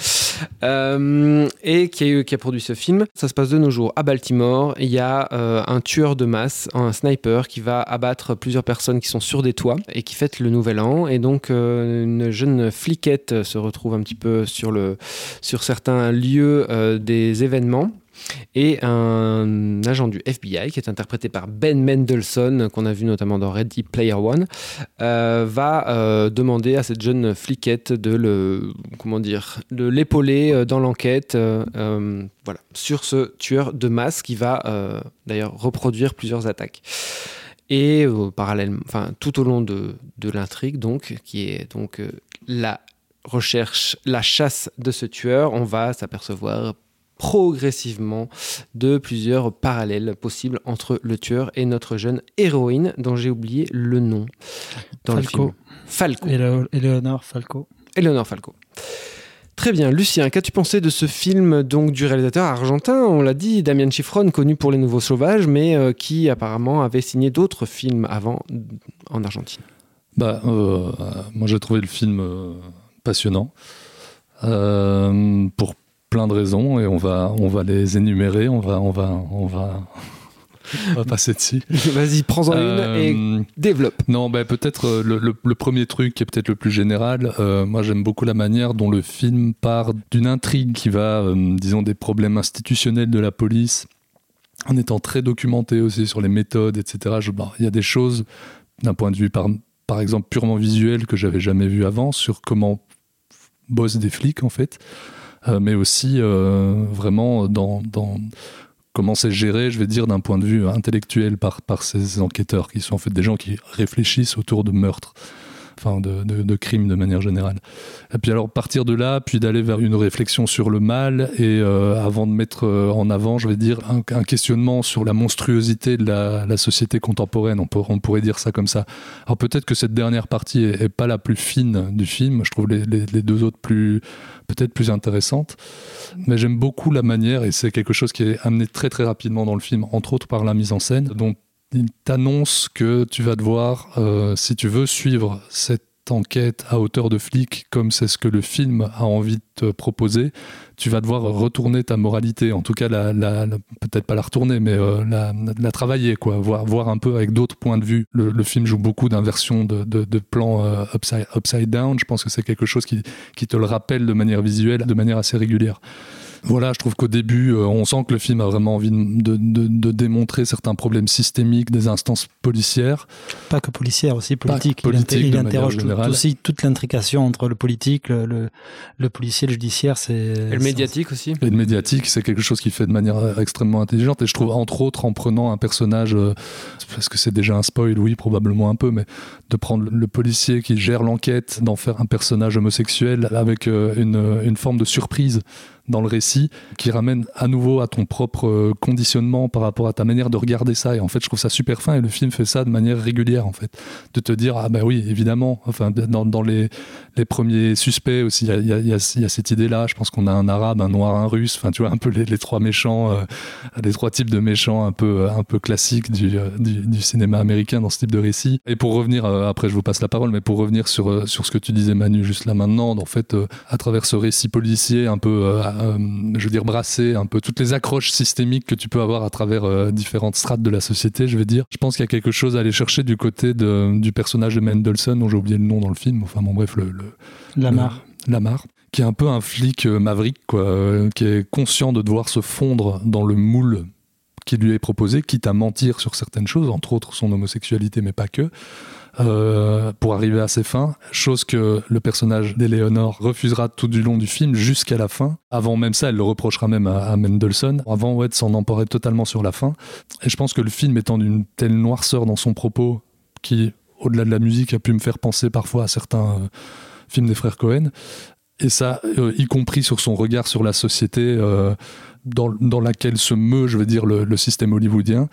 Euh, et qui a, qui a produit ce film. Ça se passe de nos jours à Baltimore. Il y a euh, un tueur de masse, un sniper, qui va abattre plusieurs personnes qui sont sur des toits et qui fête le nouvel an. Et donc, euh, une jeune fliquette se retrouve un petit peu sur, le, sur certains lieux euh, des événements. Et un agent du F B I, qui est interprété par Ben Mendelsohn, qu'on a vu notamment dans Ready Player One, euh, va euh, demander à cette jeune fliquette de le, comment dire, de l'épauler dans l'enquête, euh, euh, voilà, sur ce tueur de masse qui va euh, d'ailleurs reproduire plusieurs attaques. Et euh, parallèlement, enfin tout au long de, de l'intrigue, donc, qui est donc euh, la recherche, la chasse de ce tueur, on va s'apercevoir progressivement de plusieurs parallèles possibles entre le tueur et notre jeune héroïne dont j'ai oublié le nom dans Falco. le film. Falco. Eleonore Falco. Eleonore Falco. Très bien. Lucien, qu'as-tu pensé de ce film donc du réalisateur argentin, on l'a dit, Damian Schifrin, connu pour Les Nouveaux Sauvages, mais euh, qui apparemment avait signé d'autres films avant en Argentine? Bah, euh, moi j'ai trouvé le film euh, passionnant euh, pour plein de raisons et on va on va les énumérer, on va on va on va on va passer dessus. Vas-y, prends-en euh, une et développe. Non, bah, peut-être le, le, le premier truc qui est peut-être le plus général. Euh, moi, j'aime beaucoup la manière dont le film part d'une intrigue qui va, euh, disons, des problèmes institutionnels de la police, en étant très documenté aussi sur les méthodes, et cetera. Je, bah, il y a des choses d'un point de vue par par exemple purement visuel que j'avais jamais vu avant sur comment boss des flics en fait, euh, mais aussi euh, vraiment dans, dans comment c'est géré, je vais dire, d'un point de vue intellectuel par, par ces enquêteurs, qui sont en fait des gens qui réfléchissent autour de meurtres, enfin de, de, de crimes de manière générale. Et puis alors partir de là, puis d'aller vers une réflexion sur le mal, et euh, avant de mettre euh, en avant, je vais dire, un, un questionnement sur la monstruosité de la, la société contemporaine, on, peut, on pourrait dire ça comme ça. Alors peut-être que cette dernière partie est, est pas la plus fine du film, je trouve les, les, les deux autres plus, peut-être plus intéressantes, mais j'aime beaucoup la manière, et c'est quelque chose qui est amené très très rapidement dans le film, entre autres par la mise en scène, dont il t'annonce que tu vas devoir, euh, si tu veux suivre cette enquête à hauteur de flic, comme c'est ce que le film a envie de te proposer, tu vas devoir retourner ta moralité, en tout cas la, la, la, peut-être pas la retourner, mais euh, la, la travailler, quoi, voir, voir un peu avec d'autres points de vue. Le, le film joue beaucoup d'inversions de, de, de plans euh, upside, upside down, je pense que c'est quelque chose qui, qui te le rappelle de manière visuelle, de manière assez régulière. Voilà, je trouve qu'au début, euh, on sent que le film a vraiment envie de, de, de démontrer certains problèmes systémiques des instances policières. Pas que policières, aussi politiques. Politique, il, il interroge tout, aussi toute l'intrication entre le politique, le, le, le policier, le judiciaire. C'est, et le médiatique aussi. Et le médiatique, c'est quelque chose qu'il fait de manière extrêmement intelligente. Et je trouve, entre autres, en prenant un personnage, euh, parce que c'est déjà un spoil, oui, probablement un peu, mais de prendre le policier qui gère l'enquête, d'en faire un personnage homosexuel avec euh, une, une forme de surprise dans le récit, qui ramène à nouveau à ton propre conditionnement par rapport à ta manière de regarder ça. Et en fait, je trouve ça super fin, et le film fait ça de manière régulière, en fait. De te dire, ah ben oui, évidemment, enfin, dans, dans les, les premiers suspects aussi, il y a, y, a, y, a, y a cette idée-là. Je pense qu'on a un arabe, un noir, un russe, enfin, tu vois, un peu les, les trois méchants, euh, les trois types de méchants un peu, un peu classiques du, du, du cinéma américain dans ce type de récit. Et pour revenir, euh, après je vous passe la parole, mais pour revenir sur, euh, sur ce que tu disais, Manu, juste là maintenant, en fait, euh, à travers ce récit policier un peu... Euh, Euh, je veux dire brasser un peu toutes les accroches systémiques que tu peux avoir à travers euh, différentes strates de la société, je veux dire. Je pense qu'il y a quelque chose à aller chercher du côté de, du personnage de Mendelsohn, dont j'ai oublié le nom dans le film, enfin bon bref, le... le Lamar. Le, Lamar, qui est un peu un flic euh, maverick, quoi, euh, qui est conscient de devoir se fondre dans le moule qui lui est proposé, quitte à mentir sur certaines choses, entre autres son homosexualité, mais pas que. Euh, pour arriver à ses fins, chose que le personnage d'Eleonore refusera tout du long du film jusqu'à la fin. Avant même ça, elle le reprochera même à, à Mendelsohn, avant ouais, de s'en emporer totalement sur la fin. Et je pense que le film étant d'une telle noirceur dans son propos, qui, au-delà de la musique, a pu me faire penser parfois à certains euh, films des frères Cohen, et ça, euh, y compris sur son regard sur la société euh, dans, dans laquelle se meut, je veux dire, le, le système hollywoodien.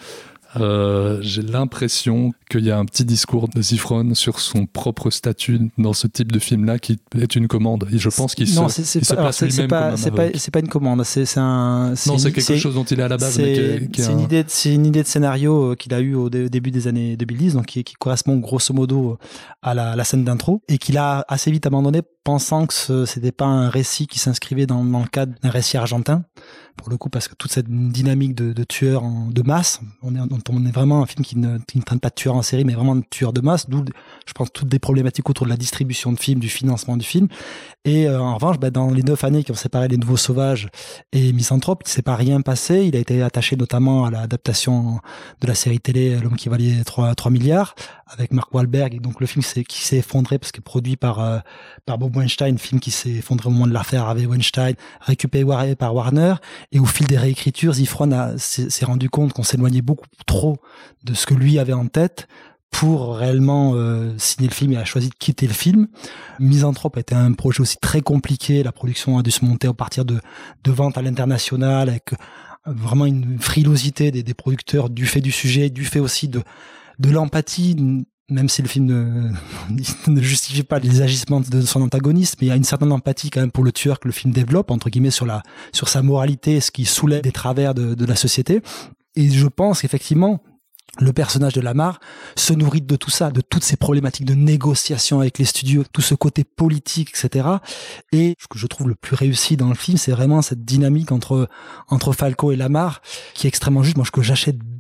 Euh, j'ai l'impression qu'il y a un petit discours de Zifron sur son propre statut dans ce type de film-là qui est une commande. Et je pense qu'il non, se, c'est, c'est il pas, se place c'est, lui-même c'est pas, comme un c'est maverick. pas, c'est pas une commande. C'est, c'est un. C'est non, c'est une, quelque c'est, chose dont il est à la base. C'est, mais qui est, qui est c'est, un... une idée, c'est une idée de scénario qu'il a eu au dé, début des années deux mille dix, donc qui, qui correspond grosso modo à la, la scène d'intro, et qu'il a assez vite abandonné, pensant que ce, c'était pas un récit qui s'inscrivait dans, dans le cadre d'un récit argentin. Pour le coup, parce que toute cette dynamique de, de tueurs en, de masse, on est, on est vraiment un film qui ne, qui ne traîne pas de tueurs en série, mais vraiment de tueurs de masse, d'où, je pense, toutes des problématiques autour de la distribution de films, du financement du film. Et euh, en revanche, bah, dans les neuf années qui ont séparé Les Nouveaux Sauvages et Misanthrope, il ne s'est pas rien passé. Il a été attaché notamment à l'adaptation de la série télé L'Homme qui valait trois milliards, avec Mark Wahlberg. Et donc le film s'est, qui s'est effondré parce qu'il est produit par, euh, par Bob Weinstein, film qui s'est effondré au moment de l'affaire Harvey Weinstein, récupéré par Warner. Et au fil des réécritures, Zifron a, s'est, s'est rendu compte qu'on s'éloignait beaucoup trop de ce que lui avait en tête pour réellement euh, signer le film, et a choisi de quitter le film. Misanthrope a été un projet aussi très compliqué. La production a dû se monter à partir de, de ventes à l'international, avec vraiment une frilosité des, des producteurs du fait du sujet, du fait aussi de, de l'empathie, même si le film ne, ne justifie pas les agissements de son antagoniste, mais il y a une certaine empathie quand même pour le tueur que le film développe, entre guillemets, sur la, sur sa moralité, ce qui soulève des travers de, de la société. Et je pense qu'effectivement, le personnage de Lamar se nourrit de tout ça, de toutes ces problématiques de négociation avec les studios, tout ce côté politique, et cetera. Et ce que je trouve le plus réussi dans le film, c'est vraiment cette dynamique entre entre Falco et Lamar, qui est extrêmement juste. Moi, ce que j'achète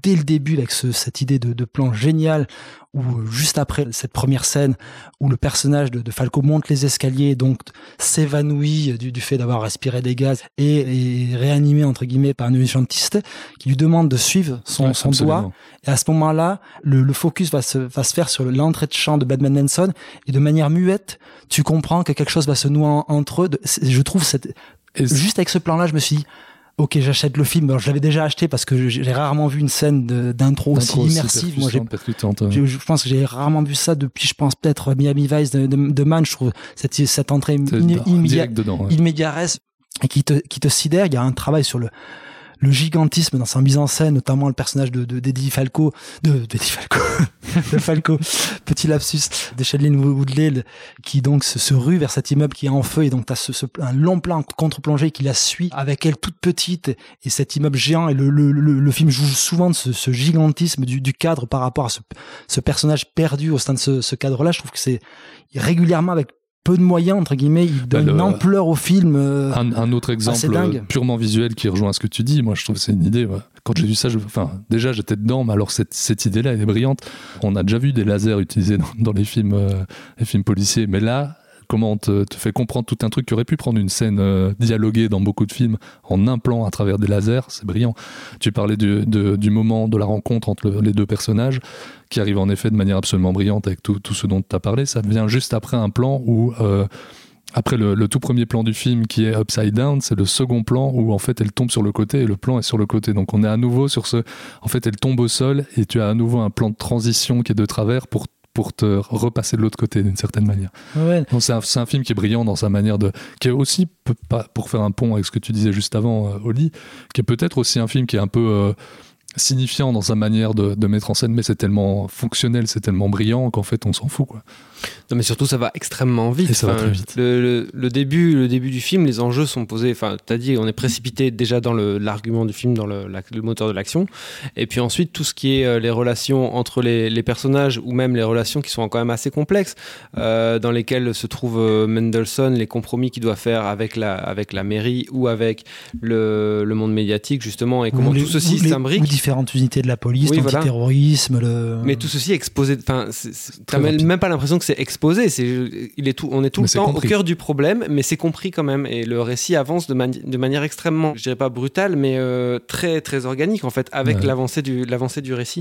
dès le début avec ce, cette idée de, de plan génial où juste après cette première scène où le personnage de, de Falco monte les escaliers, donc s'évanouit du, du fait d'avoir respiré des gaz et est réanimé entre guillemets par un urgentiste qui lui demande de suivre son, ouais, son doigt. Et à ce moment-là, le, le focus va se, va se faire sur l'entrée de chant de Batman Manson et de manière muette, tu comprends que quelque chose va se nouer en, entre eux. De, je trouve cette, juste avec ce plan-là, je me suis dit, ok, j'achète le film. Alors, je l'avais déjà acheté parce que j'ai rarement vu une scène de, d'intro, d'intro aussi immersive. Moi, j'ai, j'ai, je pense que j'ai rarement vu ça depuis, je pense, peut-être Miami Vice de, de, de Mann. Je trouve cette, cette entrée immédiate, ouais. immédiate et qui te, qui te sidère. Il y a un travail sur le, le gigantisme dans sa mise en scène, notamment le personnage de, de d'Eddie Falco, de, d'Eddie Falco, de Falco, petit lapsus, de Shailene Woodley, qui donc se, se rue vers cet immeuble qui est en feu, et donc t'as ce, ce, un long plan contre-plongée qui la suit avec elle toute petite, et, et cet immeuble géant, et le, le, le, le film joue souvent de ce, ce gigantisme du, du cadre par rapport à ce, ce personnage perdu au sein de ce, ce cadre-là. Je trouve que c'est régulièrement avec peu de moyens, entre guillemets, il donne bah le, une ampleur au film. Euh, un, un autre exemple purement visuel qui rejoint ce que tu dis, moi je trouve que c'est une idée. Ouais. Quand j'ai vu ça, je, enfin, déjà j'étais dedans, mais alors cette, cette idée-là, elle est brillante. On a déjà vu des lasers utilisés dans, dans les films, euh, les films policiers, mais là, comment on te, te fait comprendre tout un truc qui aurait pu prendre une scène euh, dialoguée dans beaucoup de films en un plan à travers des lasers, c'est brillant. Tu parlais du, de, du moment de la rencontre entre le, les deux personnages, qui arrive en effet de manière absolument brillante avec tout, tout ce dont tu as parlé. Ça vient juste après un plan où, euh, après le, le tout premier plan du film qui est Upside Down, c'est le second plan où en fait elle tombe sur le côté et le plan est sur le côté. Donc on est à nouveau sur ce... En fait elle tombe au sol et tu as à nouveau un plan de transition qui est de travers pour pour te repasser de l'autre côté d'une certaine manière. Ouais. Donc c'est un, c'est un film qui est brillant dans sa manière de... qui est aussi, pour faire un pont avec ce que tu disais juste avant, euh, Oli, qui est peut-être aussi un film qui est un peu... Euh, signifiant dans sa manière de, de mettre en scène, mais c'est tellement fonctionnel, c'est tellement brillant qu'en fait on s'en fout, quoi. Non, mais surtout ça va extrêmement vite. Et ça enfin, va très vite. Le, le, le début, le début du film, les enjeux sont posés. Enfin, t'as dit, on est précipité déjà dans le, l'argument du film, dans le, la, le moteur de l'action, et puis ensuite tout ce qui est euh, les relations entre les, les personnages ou même les relations qui sont quand même assez complexes, euh, dans lesquelles se trouve euh, Mendelssohn, les compromis qu'il doit faire avec la, avec la mairie ou avec le, le monde médiatique justement, et comment ou tout les, ceci ou s'imbrique. Les, ou différentes unités de la police, oui, l'antiterrorisme, voilà. le... Mais tout ceci est exposé. Enfin, t'as même, même pas l'impression que c'est exposé. C'est, il est tout, on est tout mais le temps compris. au cœur du problème, mais c'est compris quand même. Et le récit avance de, mani- de manière extrêmement, je dirais pas brutale, mais euh, très très organique en fait, avec ouais. l'avancée du l'avancée du récit.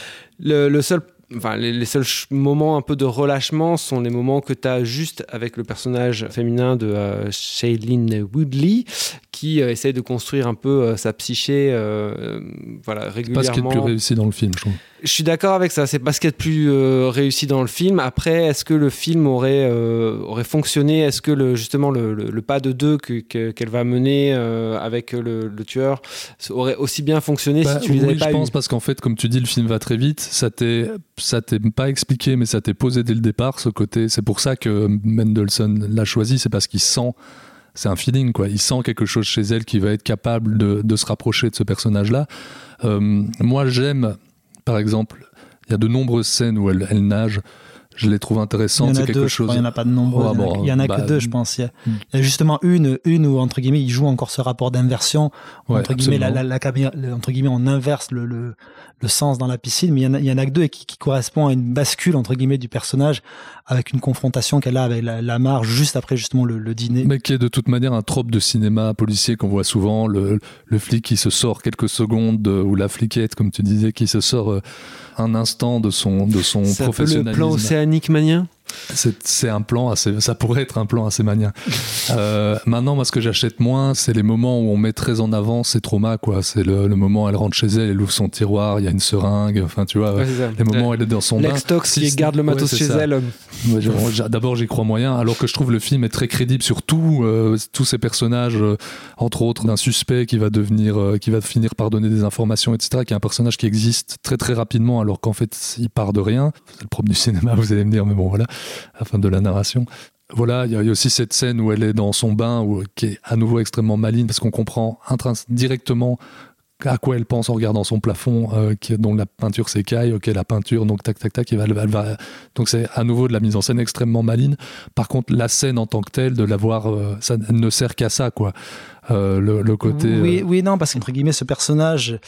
Le, le seul Enfin, les, les seuls ch- moments un peu de relâchement sont les moments que tu as juste avec le personnage féminin de euh, Shailene Woodley qui euh, essaye de construire un peu euh, sa psyché euh, voilà, régulièrement. C'est pas ce qui est le plus réussi dans le film, je trouve. Je suis d'accord avec ça, c'est pas ce qui est le plus euh, réussi dans le film. Après, est-ce que le film aurait, euh, aurait fonctionné ? Est-ce que le, justement le, le, le pas de deux que, que, qu'elle va mener euh, avec le, le tueur aurait aussi bien fonctionné bah, si tu les oui, avais pas je eu ? pense parce qu'en fait, comme tu dis, le film va très vite. Ça t'est, ça t'est pas expliqué, mais ça t'est posé dès le départ, ce côté. C'est pour ça que Mendelssohn l'a choisi, c'est parce qu'il sent... C'est un feeling, quoi. Il sent quelque chose chez elle qui va être capable de, de se rapprocher de ce personnage-là. Euh, moi, j'aime... Par exemple, il y a de nombreuses scènes où elle, elle nage. Je les trouve intéressantes. Il y en a c'est deux, quelque chose. Il n'y en a pas de nombreux. Oh, il y en a, bon, il y en a bah, que deux, je pense. Il y, a, hmm. il y a justement une, une où, entre guillemets, il joue encore ce rapport d'inversion. Où, ouais, entre, guillemets, la, la, la, la, entre guillemets, on inverse le, le, le sens dans la piscine. Mais il y en a, il y en a que deux et qui, qui correspond à une bascule, entre guillemets, du personnage avec une confrontation qu'elle a avec la, la mare juste après, justement, le, le dîner. Mais qui est de toute manière un trope de cinéma policier qu'on voit souvent. Le, le flic qui se sort quelques secondes, ou la fliquette, comme tu disais, qui se sort euh, un instant de son, de son c'est professionnalisme. C'est un peu le plan océanique manien. C'est, c'est un plan assez, ça pourrait être un plan assez manien. euh, maintenant, moi, ce que j'achète moins, c'est les moments où on met très en avant ses traumas, quoi. C'est le, le moment où elle rentre chez elle, elle ouvre son tiroir, il y a une seringue, enfin, tu vois, ouais, les moments où elle est dans son bain. L'ex-tox qui garde le matos ouais, chez ça. Elle. Ouais, je, d'abord, j'y crois moyen, alors que je trouve le film est très crédible sur tout, euh, tous ces personnages, euh, entre autres d'un suspect qui va devenir, euh, qui va finir par donner des informations, et cetera, qui est un personnage qui existe très très rapidement, alors qu'en fait, il part de rien. C'est le propre du cinéma, vous allez me dire, mais bon, voilà. Afin de la narration. Voilà, il y, y a aussi cette scène où elle est dans son bain, où, qui est à nouveau extrêmement maligne, parce qu'on comprend intrins- directement à quoi elle pense en regardant son plafond, euh, qui, dont la peinture s'écaille, ok, la peinture, donc tac, tac, tac, elle va, elle va, donc c'est à nouveau de la mise en scène extrêmement maligne. Par contre, la scène en tant que telle, de l'avoir, euh, ça ne sert qu'à ça, quoi. Euh, le, le côté... Oui, oui, non, parce qu'entre guillemets, ce personnage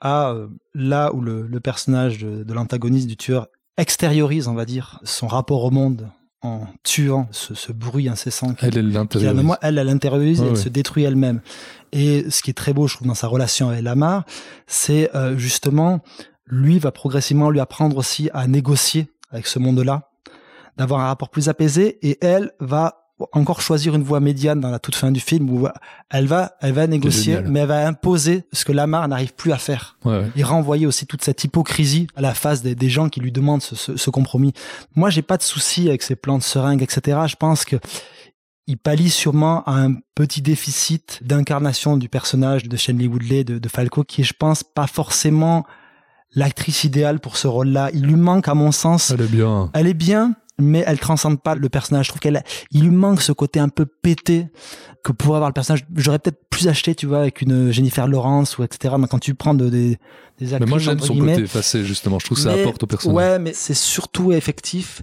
à euh, là où le, le personnage de, de l'antagoniste, du tueur, extériorise, on va dire, son rapport au monde en tuant ce, ce bruit incessant. Qui, elle, elle l'intériorise. Qui, elle, elle l'intériorise ouais, et elle ouais. se détruit elle-même. Et ce qui est très beau, je trouve, dans sa relation avec Lamar, c'est euh, justement, lui va progressivement lui apprendre aussi à négocier avec ce monde-là, d'avoir un rapport plus apaisé, et elle va encore choisir une voie médiane dans la toute fin du film où elle va, elle va négocier, mais elle va imposer ce que Lamar n'arrive plus à faire. Ouais, ouais. Et renvoyer aussi toute cette hypocrisie à la face des, des gens qui lui demandent ce, ce, ce compromis. Moi, j'ai pas de souci avec ces plans de seringues, et cetera. Je pense que il pallie sûrement à un petit déficit d'incarnation du personnage de Shailene Woodley, de, de Falco, qui est, je pense, pas forcément l'actrice idéale pour ce rôle-là. Il lui manque, à mon sens. Elle est bien. Elle est bien, mais elle transcende pas le personnage. Je trouve qu'elle, il lui manque ce côté un peu pété que pourrait avoir le personnage. J'aurais peut-être plus acheté, tu vois, avec une Jennifer Lawrence ou et cetera. Mais quand tu prends de, des, des actrices, mais moi j'aime son guillemets, côté effacé justement. Je trouve que ça mais, apporte au personnage. Ouais, mais c'est surtout effectif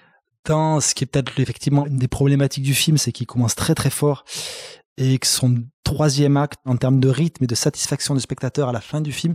dans ce qui est peut-être effectivement une des problématiques du film, c'est qu'il commence très très fort et que son troisième acte en termes de rythme et de satisfaction du spectateur à la fin du film.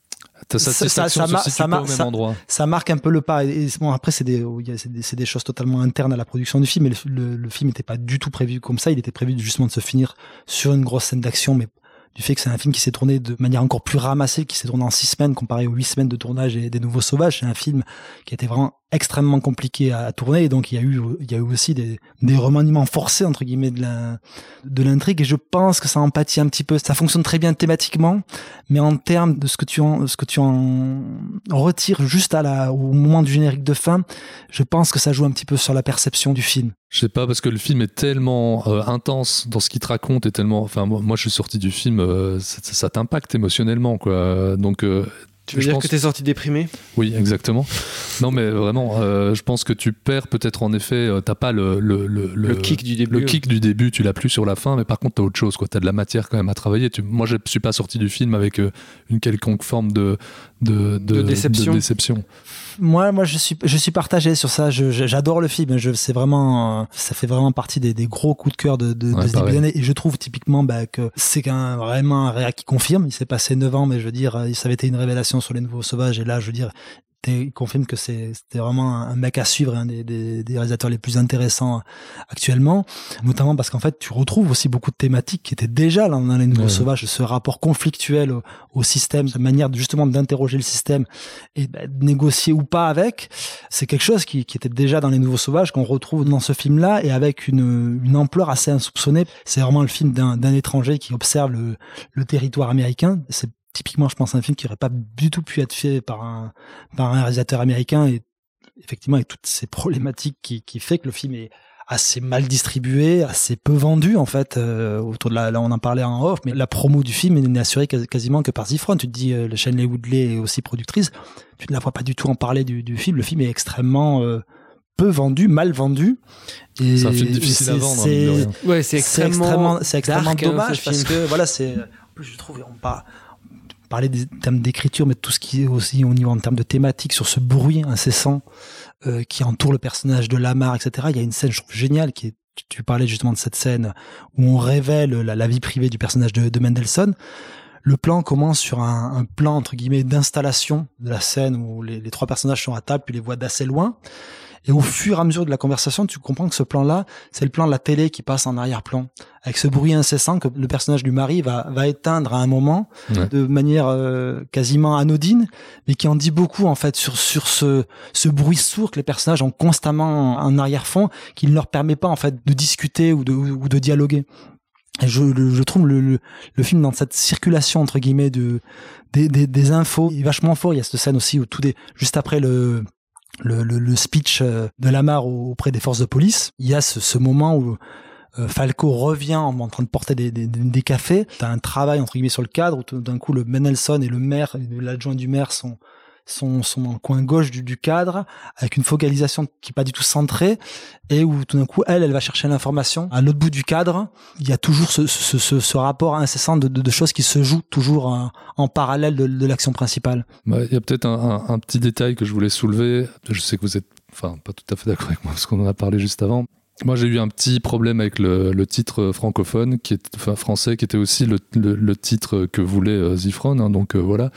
Ta satisfaction ça, ça, se situe ça, pas au même ça, endroit. Ça marque un peu le pas. Et, et bon, après, c'est des, c'est des, c'est des choses totalement internes à la production du film. Mais le, le, le film n'était pas du tout prévu comme ça. Il était prévu justement de se finir sur une grosse scène d'action, mais du fait que c'est un film qui s'est tourné de manière encore plus ramassée, qui s'est tourné en six semaines comparé aux huit semaines de tournage des Nouveaux Sauvages. C'est un film qui était vraiment extrêmement compliqué à, à tourner, et donc il y a eu il y a eu aussi des des remaniements forcés entre guillemets de la de l'intrigue, et je pense que ça en pâtit un petit peu. Ça fonctionne très bien thématiquement, mais en termes de ce que tu en ce que tu en retires juste à la au moment du générique de fin, je pense que ça joue un petit peu sur la perception du film. Je sais pas, parce que le film est tellement euh, intense dans ce qu'il te raconte, et tellement, enfin moi, moi je suis sorti du film, euh, ça, ça t'impacte émotionnellement, quoi. Donc euh, tu veux dire pense... que t'es sorti déprimé ? Oui, exactement. Non, mais vraiment, euh, je pense que tu perds peut-être en effet, euh, t'as pas le le, le le kick du début. Le kick du début, tu l'as plus sur la fin, mais par contre t'as autre chose, quoi. T'as de la matière quand même à travailler. Tu, moi, je suis pas sorti du film avec euh, une quelconque forme de de, de, de déception. De déception. Moi, moi, je suis, je suis partagé sur ça. Je, je, j'adore le film. Je, c'est vraiment, ça fait vraiment partie des, des gros coups de cœur de, de, ouais, de ce début d'année. Et je trouve typiquement bah, que c'est qu'un vraiment un réa qui confirme. Il s'est passé neuf ans, mais je veux dire, ça avait été une révélation sur Les Nouveaux Sauvages. Et là, je veux dire, il confirme que c'est, c'était vraiment un mec à suivre, un des, des, des réalisateurs les plus intéressants actuellement, notamment parce qu'en fait tu retrouves aussi beaucoup de thématiques qui étaient déjà là dans Les Nouveaux ouais. Sauvages, ce rapport conflictuel au, au système, cette manière justement d'interroger le système et bah, de négocier ou pas avec, c'est quelque chose qui, qui était déjà dans Les Nouveaux Sauvages, qu'on retrouve dans ce film-là, et avec une, une ampleur assez insoupçonnée. C'est vraiment le film d'un, d'un étranger qui observe le, le territoire américain. C'est typiquement, je pense, un film qui aurait pas du tout pu être fait par un par un réalisateur américain, et effectivement avec toutes ces problématiques qui qui fait que le film est assez mal distribué, assez peu vendu en fait. Euh, autour de la, là on en parlait en off, mais la promo du film n'est assurée quasiment que par Zifron. Tu te dis, euh, Shailene Woodley est aussi productrice, tu ne la vois pas du tout en parler du, du film. Le film est extrêmement euh, peu vendu, mal vendu. Et c'est un film difficile à vendre. C'est, hein, ouais, c'est extrêmement, c'est extrêmement, c'est extrêmement dark, dommage hein, parce que voilà, c'est. En plus, je trouve, on parle. parler des termes d'écriture, mais tout ce qui est aussi au niveau en termes de thématique, sur ce bruit incessant euh, qui entoure le personnage de Lamar, et cetera. Il y a une scène, je trouve, géniale, qui est, tu, tu parlais justement de cette scène où on révèle la, la vie privée du personnage de, de Mendelssohn. Le plan commence sur un, un plan, entre guillemets, d'installation de la scène où les, les trois personnages sont à table, puis les voient d'assez loin. Et au fur et à mesure de la conversation, tu comprends que ce plan-là, c'est le plan de la télé qui passe en arrière-plan, avec ce bruit incessant que le personnage du mari va, va éteindre à un moment, ouais. de manière euh, quasiment anodine, mais qui en dit beaucoup en fait sur sur ce ce bruit sourd que les personnages ont constamment en, en arrière-fond, qui ne leur permet pas en fait de discuter ou de ou de dialoguer. Et je, le, je trouve le, le, le film dans cette circulation entre guillemets de des, des, des infos est vachement fort. Il y a cette scène aussi où tout des juste après le Le, le, le speech de Lamar auprès des forces de police, il y a ce, ce moment où euh, Falco revient en, en train de porter des, des, des cafés. T'as un travail entre guillemets sur le cadre où tout d'un coup le Mendelssohn et le maire, et l'adjoint du maire sont sont, sont dans le coin gauche du, du cadre, avec une focalisation qui est pas du tout centrée, et où tout d'un coup elle, elle va chercher l'information à l'autre bout du cadre. Il y a toujours ce, ce, ce, ce rapport incessant de, de, de choses qui se jouent toujours en, en parallèle de, de l'action principale. Bah, il y a peut-être un, un, un petit détail que je voulais soulever. Je sais que vous êtes, enfin, pas tout à fait d'accord avec moi parce qu'on en a parlé juste avant. Moi, j'ai eu un petit problème avec le, le titre francophone, qui est, enfin français, qui était aussi le, le, le titre que voulait euh, Zifron. Hein, donc euh, voilà.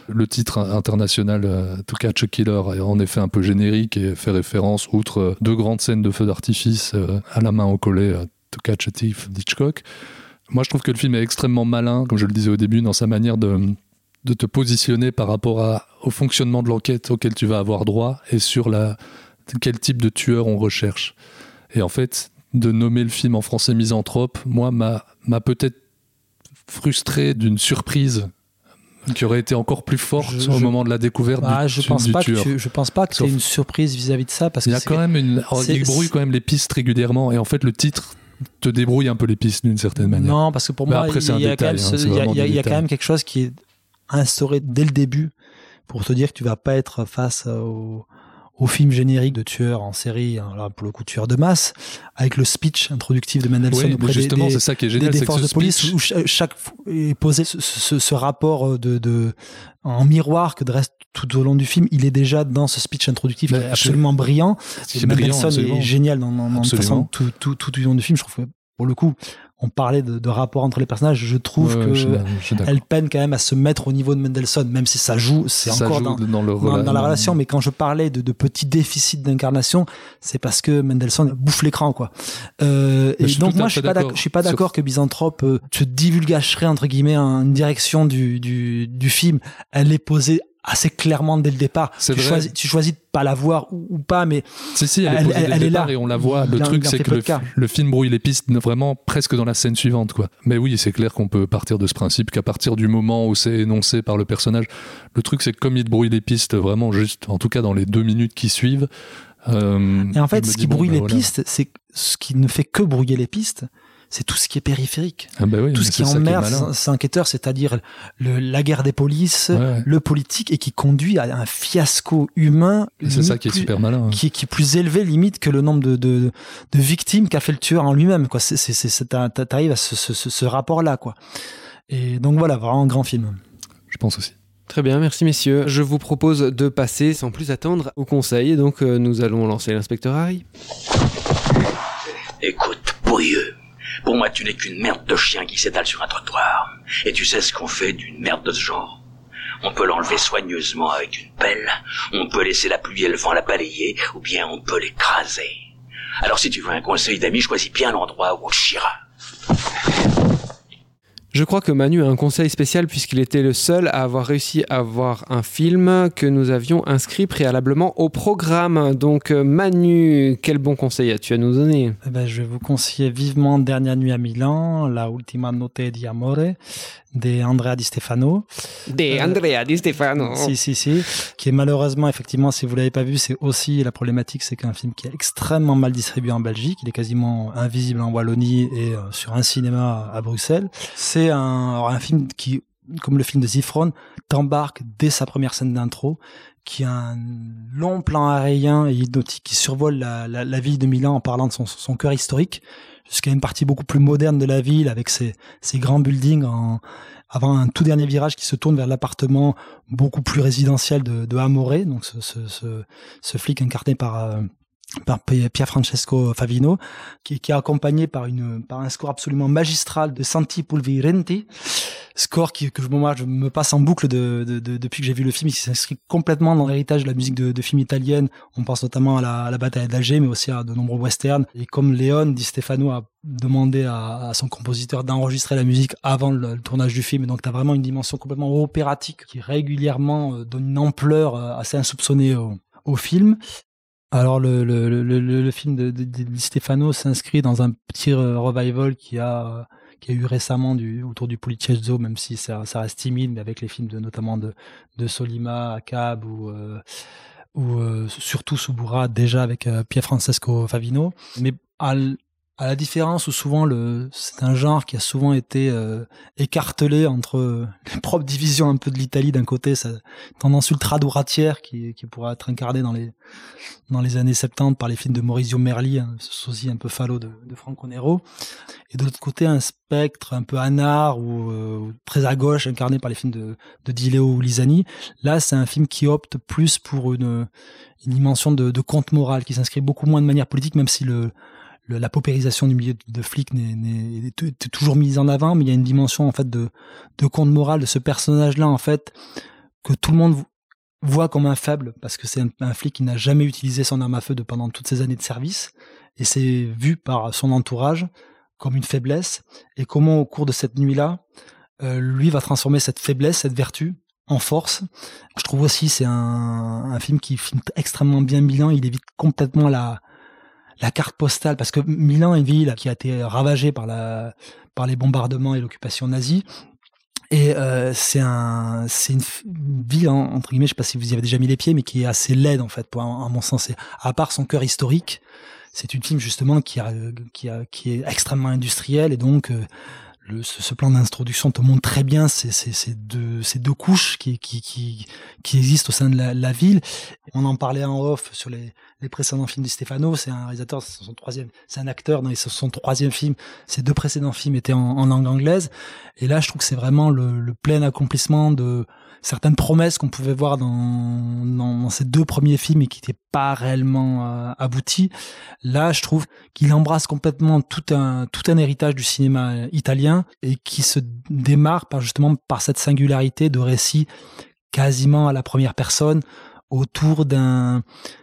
Le titre international euh, To Catch a Killer est en effet un peu générique et fait référence, outre euh, deux grandes scènes de feux d'artifice euh, à la main au collet, euh, To Catch a Thief d'Hitchcock. Moi, je trouve que le film est extrêmement malin, comme je le disais au début, dans sa manière de, de te positionner par rapport à, au fonctionnement de l'enquête auquel tu vas avoir droit et sur la, quel type de tueur on recherche. Et en fait, de nommer le film en français Misanthrope, moi, m'a, m'a peut-être frustré d'une surprise qui aurait été encore plus forte je, au je, moment de la découverte bah, du, je pense du pas tueur. Que tu, je pense pas que c'est une surprise vis-à-vis de ça. Parce il y a que quand même une, il brouille quand même les pistes régulièrement, et en fait le titre te débrouille un peu les pistes d'une certaine manière. Non, parce que pour moi, après, il y, détail, hein, il y, y, y a quand même quelque chose qui est instauré dès le début pour te dire que tu vas pas être face au, au film générique de tueurs en série, là, pour le coup tueurs de masse, avec le speech introductif de Mendelssohn oui, auprès justement, des, c'est ça qui est génial, des, des c'est forces que de police, speech... où chaque, chaque est posé ce, ce, ce rapport de, de, en miroir que reste tout au long du film, il est déjà dans ce speech introductif bah, qui est absolument je... brillant. C'est Mendelssohn brillant, est génial dans, dans, dans de toute façon, tout, tout, tout du long du film. Je trouve que pour le coup, on parlait de, de rapport entre les personnages, je trouve ouais, que je, je elle peine quand même à se mettre au niveau de Mendelssohn, même si ça joue, c'est ça encore joue dans, dans, le dans, dans la relation, mais quand je parlais de, de petits déficits d'incarnation, c'est parce que Mendelssohn bouffe l'écran, quoi. Euh, et donc moi, je suis pas d'accord, je suis pas d'accord sur... que Misanthrope euh, te divulgacherait, entre guillemets, une direction du, du, du film. Elle est posée assez clairement dès le départ. C'est tu, vrai. choisis, tu choisis de pas la voir ou, ou pas, mais si, si, elle, elle, est, elle, elle est là et on la voit. Le il truc, c'est que le, le film brouille les pistes vraiment presque dans la scène suivante, quoi. Mais oui, c'est clair qu'on peut partir de ce principe qu'à partir du moment où c'est énoncé par le personnage, le truc, c'est que comme il te brouille les pistes vraiment juste, en tout cas dans les deux minutes qui suivent. Euh, et en fait, ce dis, qui bon, brouille bah, les voilà. pistes, c'est ce qui ne fait que brouiller les pistes. C'est tout ce qui est périphérique, ah bah oui, tout ce qui emmerde ces enquêteurs, c'est-à-dire le, la guerre des polices, ouais. le politique, et qui conduit à un fiasco humain. C'est ça qui est plus, super malin. Hein. Qui, qui est plus élevé limite que le nombre de, de, de victimes qu'a fait le tueur en lui-même. Quoi. C'est, c'est, c'est, t'arrives à ce, ce, ce, ce rapport-là, quoi. Et donc voilà, vraiment un grand film. Je pense aussi. Très bien, merci messieurs. Je vous propose de passer sans plus attendre au conseil. Donc euh, nous allons lancer l'inspecteur Harry. Écoute, pourrieux. Pour moi, tu n'es qu'une merde de chien qui s'étale sur un trottoir. Et tu sais ce qu'on fait d'une merde de ce genre? On peut l'enlever soigneusement avec une pelle, on peut laisser la pluie et le vent la balayer, ou bien on peut l'écraser. Alors si tu veux un conseil d'ami, choisis bien l'endroit où on te chiera. Je crois que Manu a un conseil spécial puisqu'il était le seul à avoir réussi à voir un film que nous avions inscrit préalablement au programme. Donc Manu, quel bon conseil as-tu à nous donner ? Eh ben, je vais vous conseiller vivement Dernière nuit à Milan, La Ultima Notte di Amore, de Andrea Di Stefano. De euh, Andrea Di Stefano. Si, si, si. Qui est malheureusement, effectivement, si vous l'avez pas vu, c'est aussi la problématique, c'est qu'un film qui est extrêmement mal distribué en Belgique. Il est quasiment invisible en Wallonie et euh, sur un cinéma à Bruxelles. C'est un, alors un film qui, comme le film de Zifron, t'embarque dès sa première scène d'intro, qui a un long plan aérien et hypnotique qui survole la, la, la ville de Milan en parlant de son, son cœur historique, jusqu'à une partie beaucoup plus moderne de la ville avec ses, ses grands buildings en, avant un tout dernier virage qui se tourne vers l'appartement beaucoup plus résidentiel de, de Amore, donc ce, ce, ce, ce flic incarné par, euh, par Pier Francesco Favino, qui, qui est accompagné par une, par un score absolument magistral de Santi Pulvirenti, score qui, que je, moi, je me passe en boucle de, de, de, depuis que j'ai vu le film, qui s'inscrit complètement dans l'héritage de la musique de, de films italiennes. On pense notamment à la, à la bataille d'Alger, mais aussi à de nombreux westerns. Et comme Léon Di Stefano a demandé à, à son compositeur d'enregistrer la musique avant le, le tournage du film, et donc t'as vraiment une dimension complètement opératique qui régulièrement donne une ampleur assez insoupçonnée au, au film. Alors le, le, le, le, le film de, de, de Di Stefano s'inscrit dans un petit revival qui a qui a eu récemment du, autour du Policenzo, même si ça, ça reste timide, mais avec les films de, notamment de, de Solima, Acab ou, euh, ou euh, surtout Suburra, déjà avec euh, Pier Francesco Favino. Mais à, à la différence où souvent le, c'est un genre qui a souvent été euh, écartelé entre les propres divisions un peu de l'Italie d'un côté, sa tendance ultra droitière qui, qui pourrait être incarnée dans les, dans les années soixante-dix par les films de Maurizio Merli, hein, ce sosie un peu falot de, de Franco Nero. Et de l'autre côté, un spectre un peu anard ou euh, très à gauche, incarné par les films de, de Di Leo Lisani. Là, c'est un film qui opte plus pour une, une dimension de, de conte moral, qui s'inscrit beaucoup moins de manière politique, même si le, le la paupérisation du milieu de flic n'est, n'est, est, est toujours mise en avant, mais il y a une dimension en fait de, de conte moral de ce personnage-là, en fait, que tout le monde voit comme un faible, parce que c'est un, un flic qui n'a jamais utilisé son arme à feu de pendant toutes ses années de service, et c'est vu par son entourage comme une faiblesse, et comment au cours de cette nuit-là, euh, lui va transformer cette faiblesse, cette vertu, en force. Je trouve aussi c'est un, un film qui filme extrêmement bien Milan, il évite complètement la, la carte postale, parce que Milan est une ville qui a été ravagée par, la, par les bombardements et l'occupation nazie, et euh, c'est un c'est une, une ville entre guillemets, je sais pas si vous y avez déjà mis les pieds, mais qui est assez laide en fait, pour, à mon sens. Et à part son cœur historique, c'est une film justement qui a qui a qui est extrêmement industriel, et donc euh, le ce, ce plan d'introduction te montre très bien ces ces ces deux ces deux couches qui qui qui qui existent au sein de la, la ville. On en parlait en off sur les les précédents films de Stefano. C'est un réalisateur, c'est son troisième, c'est un acteur dans son troisième film. Ses deux précédents films étaient en, en langue anglaise, et là je trouve que c'est vraiment le, le plein accomplissement de certaines promesses qu'on pouvait voir dans, dans, dans ces deux premiers films et qui n'étaient pas réellement euh, abouties. Là, je trouve qu'il embrasse complètement tout un tout un héritage du cinéma italien, et qui se démarre par justement par cette singularité de récit quasiment à la première personne autour d'un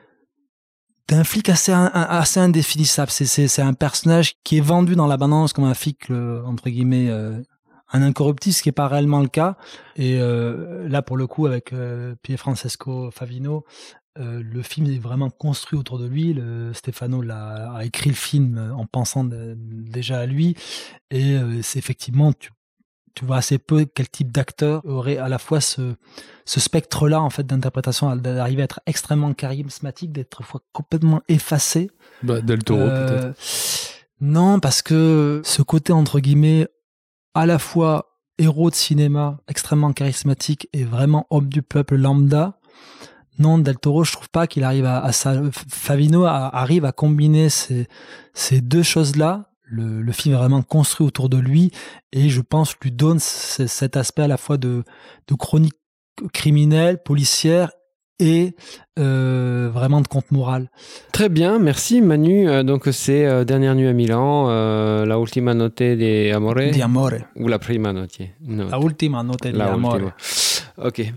d'un flic assez assez indéfinissable. C'est c'est c'est un personnage qui est vendu dans la bande-annonce comme un flic le, entre guillemets euh, un incorruptible, ce qui est pas réellement le cas. Et euh, là pour le coup avec euh, Pier Francesco Favino, euh, le film est vraiment construit autour de lui. Le, Stefano l'a, a écrit le film en pensant de, déjà à lui, et euh, c'est effectivement tu tu vois assez peu quel type d'acteur aurait à la fois ce, ce spectre-là en fait d'interprétation, d'arriver à être extrêmement charismatique, d'être fois complètement effacé. Bah, Del Toro euh, peut-être. Non, parce que ce côté entre guillemets à la fois héros de cinéma, extrêmement charismatique, et vraiment homme du peuple lambda. Non, Del Toro, je trouve pas qu'il arrive à, à ça. Favino a, arrive à combiner ces, ces deux choses-là. Le, le film est vraiment construit autour de lui, et je pense lui donne c- cet aspect à la fois de, de chronique criminelle, policière, et euh, vraiment de conte moral. Très bien, merci Manu. Euh, donc c'est euh, Dernière nuit à Milan, euh, La ultima notte di amore. Di amore. Ou La prima notte. notte. La ultima notte di La amore. Ultima. Ok.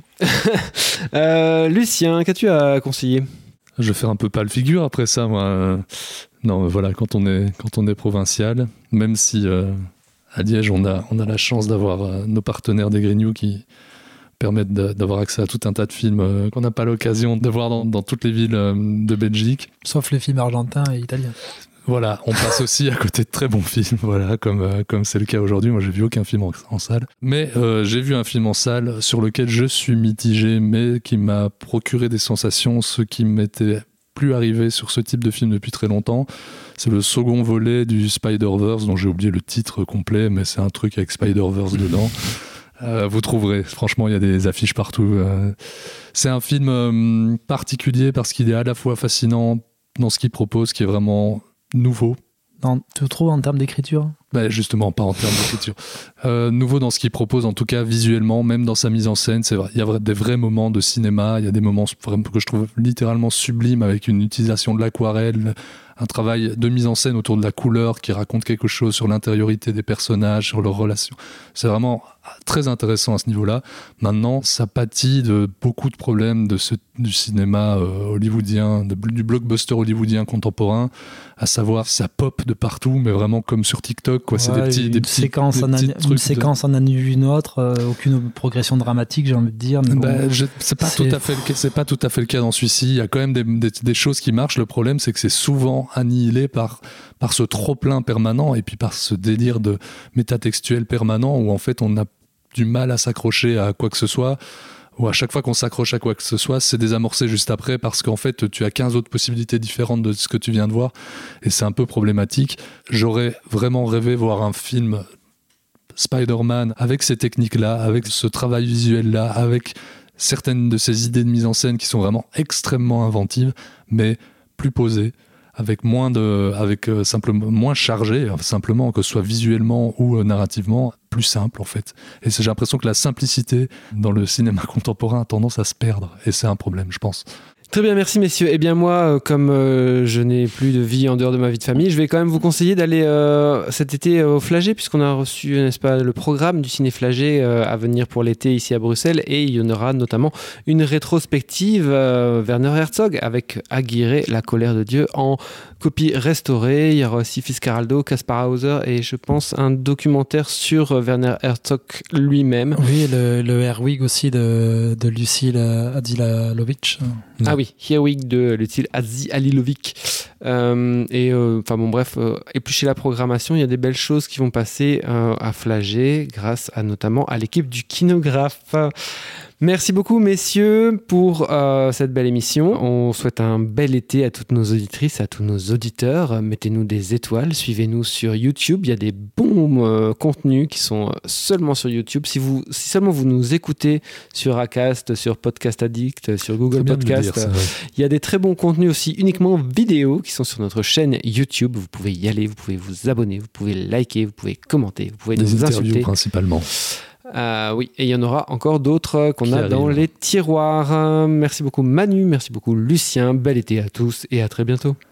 euh, Lucien, qu'as-tu à conseiller ? Je vais faire un peu pâle figure après ça, moi. Non, voilà, quand on est, quand on est provincial, même si euh, à Liège, on a, on a la chance d'avoir euh, nos partenaires des Grignoux qui permettent de, d'avoir accès à tout un tas de films euh, qu'on n'a pas l'occasion de voir dans, dans toutes les villes euh, de Belgique. Sauf les films argentins et italiens. Voilà, on passe aussi à côté de très bons films, voilà, comme, euh, comme c'est le cas aujourd'hui. Moi, j'ai vu aucun film en, en salle. Mais euh, j'ai vu un film en salle sur lequel je suis mitigé, mais qui m'a procuré des sensations, ce qui m'était plus arrivé sur ce type de film depuis très longtemps. C'est le second volet du Spider-Verse, dont j'ai oublié le titre complet, mais c'est un truc avec Spider-Verse dedans. Euh, vous trouverez, franchement, il y a des affiches partout. Euh, c'est un film euh, particulier parce qu'il est à la fois fascinant dans ce qu'il propose, qui est vraiment nouveau. Dans, tu le trouves en termes d'écriture ? Bah justement, pas en termes d'écriture. Euh, nouveau dans ce qu'il propose, en tout cas visuellement, même dans sa mise en scène. C'est vrai, il y a des vrais moments de cinéma, il y a des moments que je trouve littéralement sublimes, avec une utilisation de l'aquarelle, un travail de mise en scène autour de la couleur qui raconte quelque chose sur l'intériorité des personnages, sur leurs relations. C'est vraiment très intéressant à ce niveau-là. Maintenant, ça pâtit de beaucoup de problèmes de ce, du cinéma euh, hollywoodien, de, du blockbuster hollywoodien contemporain, à savoir ça pop de partout, mais vraiment comme sur TikTok, quoi. C'est ouais, des petits, une des petits, séquence des en petits an, trucs une séquence de... en annule une autre, euh, aucune progression dramatique, j'ai envie de dire. Mais bah, bon, je, c'est pas c'est... tout à fait le, c'est pas tout à fait le cas dans celui-ci. Il y a quand même des, des, des choses qui marchent. Le problème, c'est que c'est souvent annihilé par par ce trop-plein permanent et puis par ce délire de métatextuel permanent où en fait on a du mal à s'accrocher à quoi que ce soit, ou à chaque fois qu'on s'accroche à quoi que ce soit, c'est désamorcé juste après parce qu'en fait tu as quinze autres possibilités différentes de ce que tu viens de voir, et c'est un peu problématique. J'aurais vraiment rêvé voir un film Spider-Man avec ces techniques-là, avec ce travail visuel-là, avec certaines de ces idées de mise en scène qui sont vraiment extrêmement inventives, mais plus posées, avec moins de, avec euh, simplement moins chargé, simplement que ce soit visuellement ou euh, narrativement plus simple en fait. Et c'est, j'ai l'impression que la simplicité dans le cinéma contemporain a tendance à se perdre, et c'est un problème, je pense. Très bien, merci messieurs. Eh bien moi, comme euh, je n'ai plus de vie en dehors de ma vie de famille, je vais quand même vous conseiller d'aller euh, cet été euh, au Flagey, puisqu'on a reçu, n'est-ce pas, le programme du Ciné Flagey euh, à venir pour l'été ici à Bruxelles, et il y en aura notamment une rétrospective euh, Werner Herzog avec Aguirre, La colère de Dieu, en copie restaurée. Il y aura aussi Fitzcarraldo, Kaspar Hauser et je pense un documentaire sur Werner Herzog lui-même. Oui, le, le Herwig aussi de, de Lucille Adilalovich. Ah oui, Herwig de Lucille Alilovic. Euh, et enfin euh, bon bref, euh, éplucher la programmation, il y a des belles choses qui vont passer euh, à Flagey grâce à notamment à l'équipe du Kinographe. Merci beaucoup messieurs pour euh, cette belle émission. On souhaite un bel été à toutes nos auditrices, à tous nos auditeurs. Mettez-nous des étoiles, suivez-nous sur YouTube. Il y a des bons euh, contenus qui sont seulement sur YouTube. Si, vous, si seulement vous nous écoutez sur Acast, sur Podcast Addict, sur Google Podcast, dire, il y a des très bons contenus aussi uniquement vidéo qui sont sur notre chaîne YouTube. Vous pouvez y aller, vous pouvez vous abonner, vous pouvez liker, vous pouvez commenter, vous pouvez des nous interviews insulter. Principalement. Euh, oui, et il y en aura encore d'autres qu'on Qui a arrive. dans les tiroirs. Merci beaucoup Manu, merci beaucoup Lucien. Bel été à tous et à très bientôt.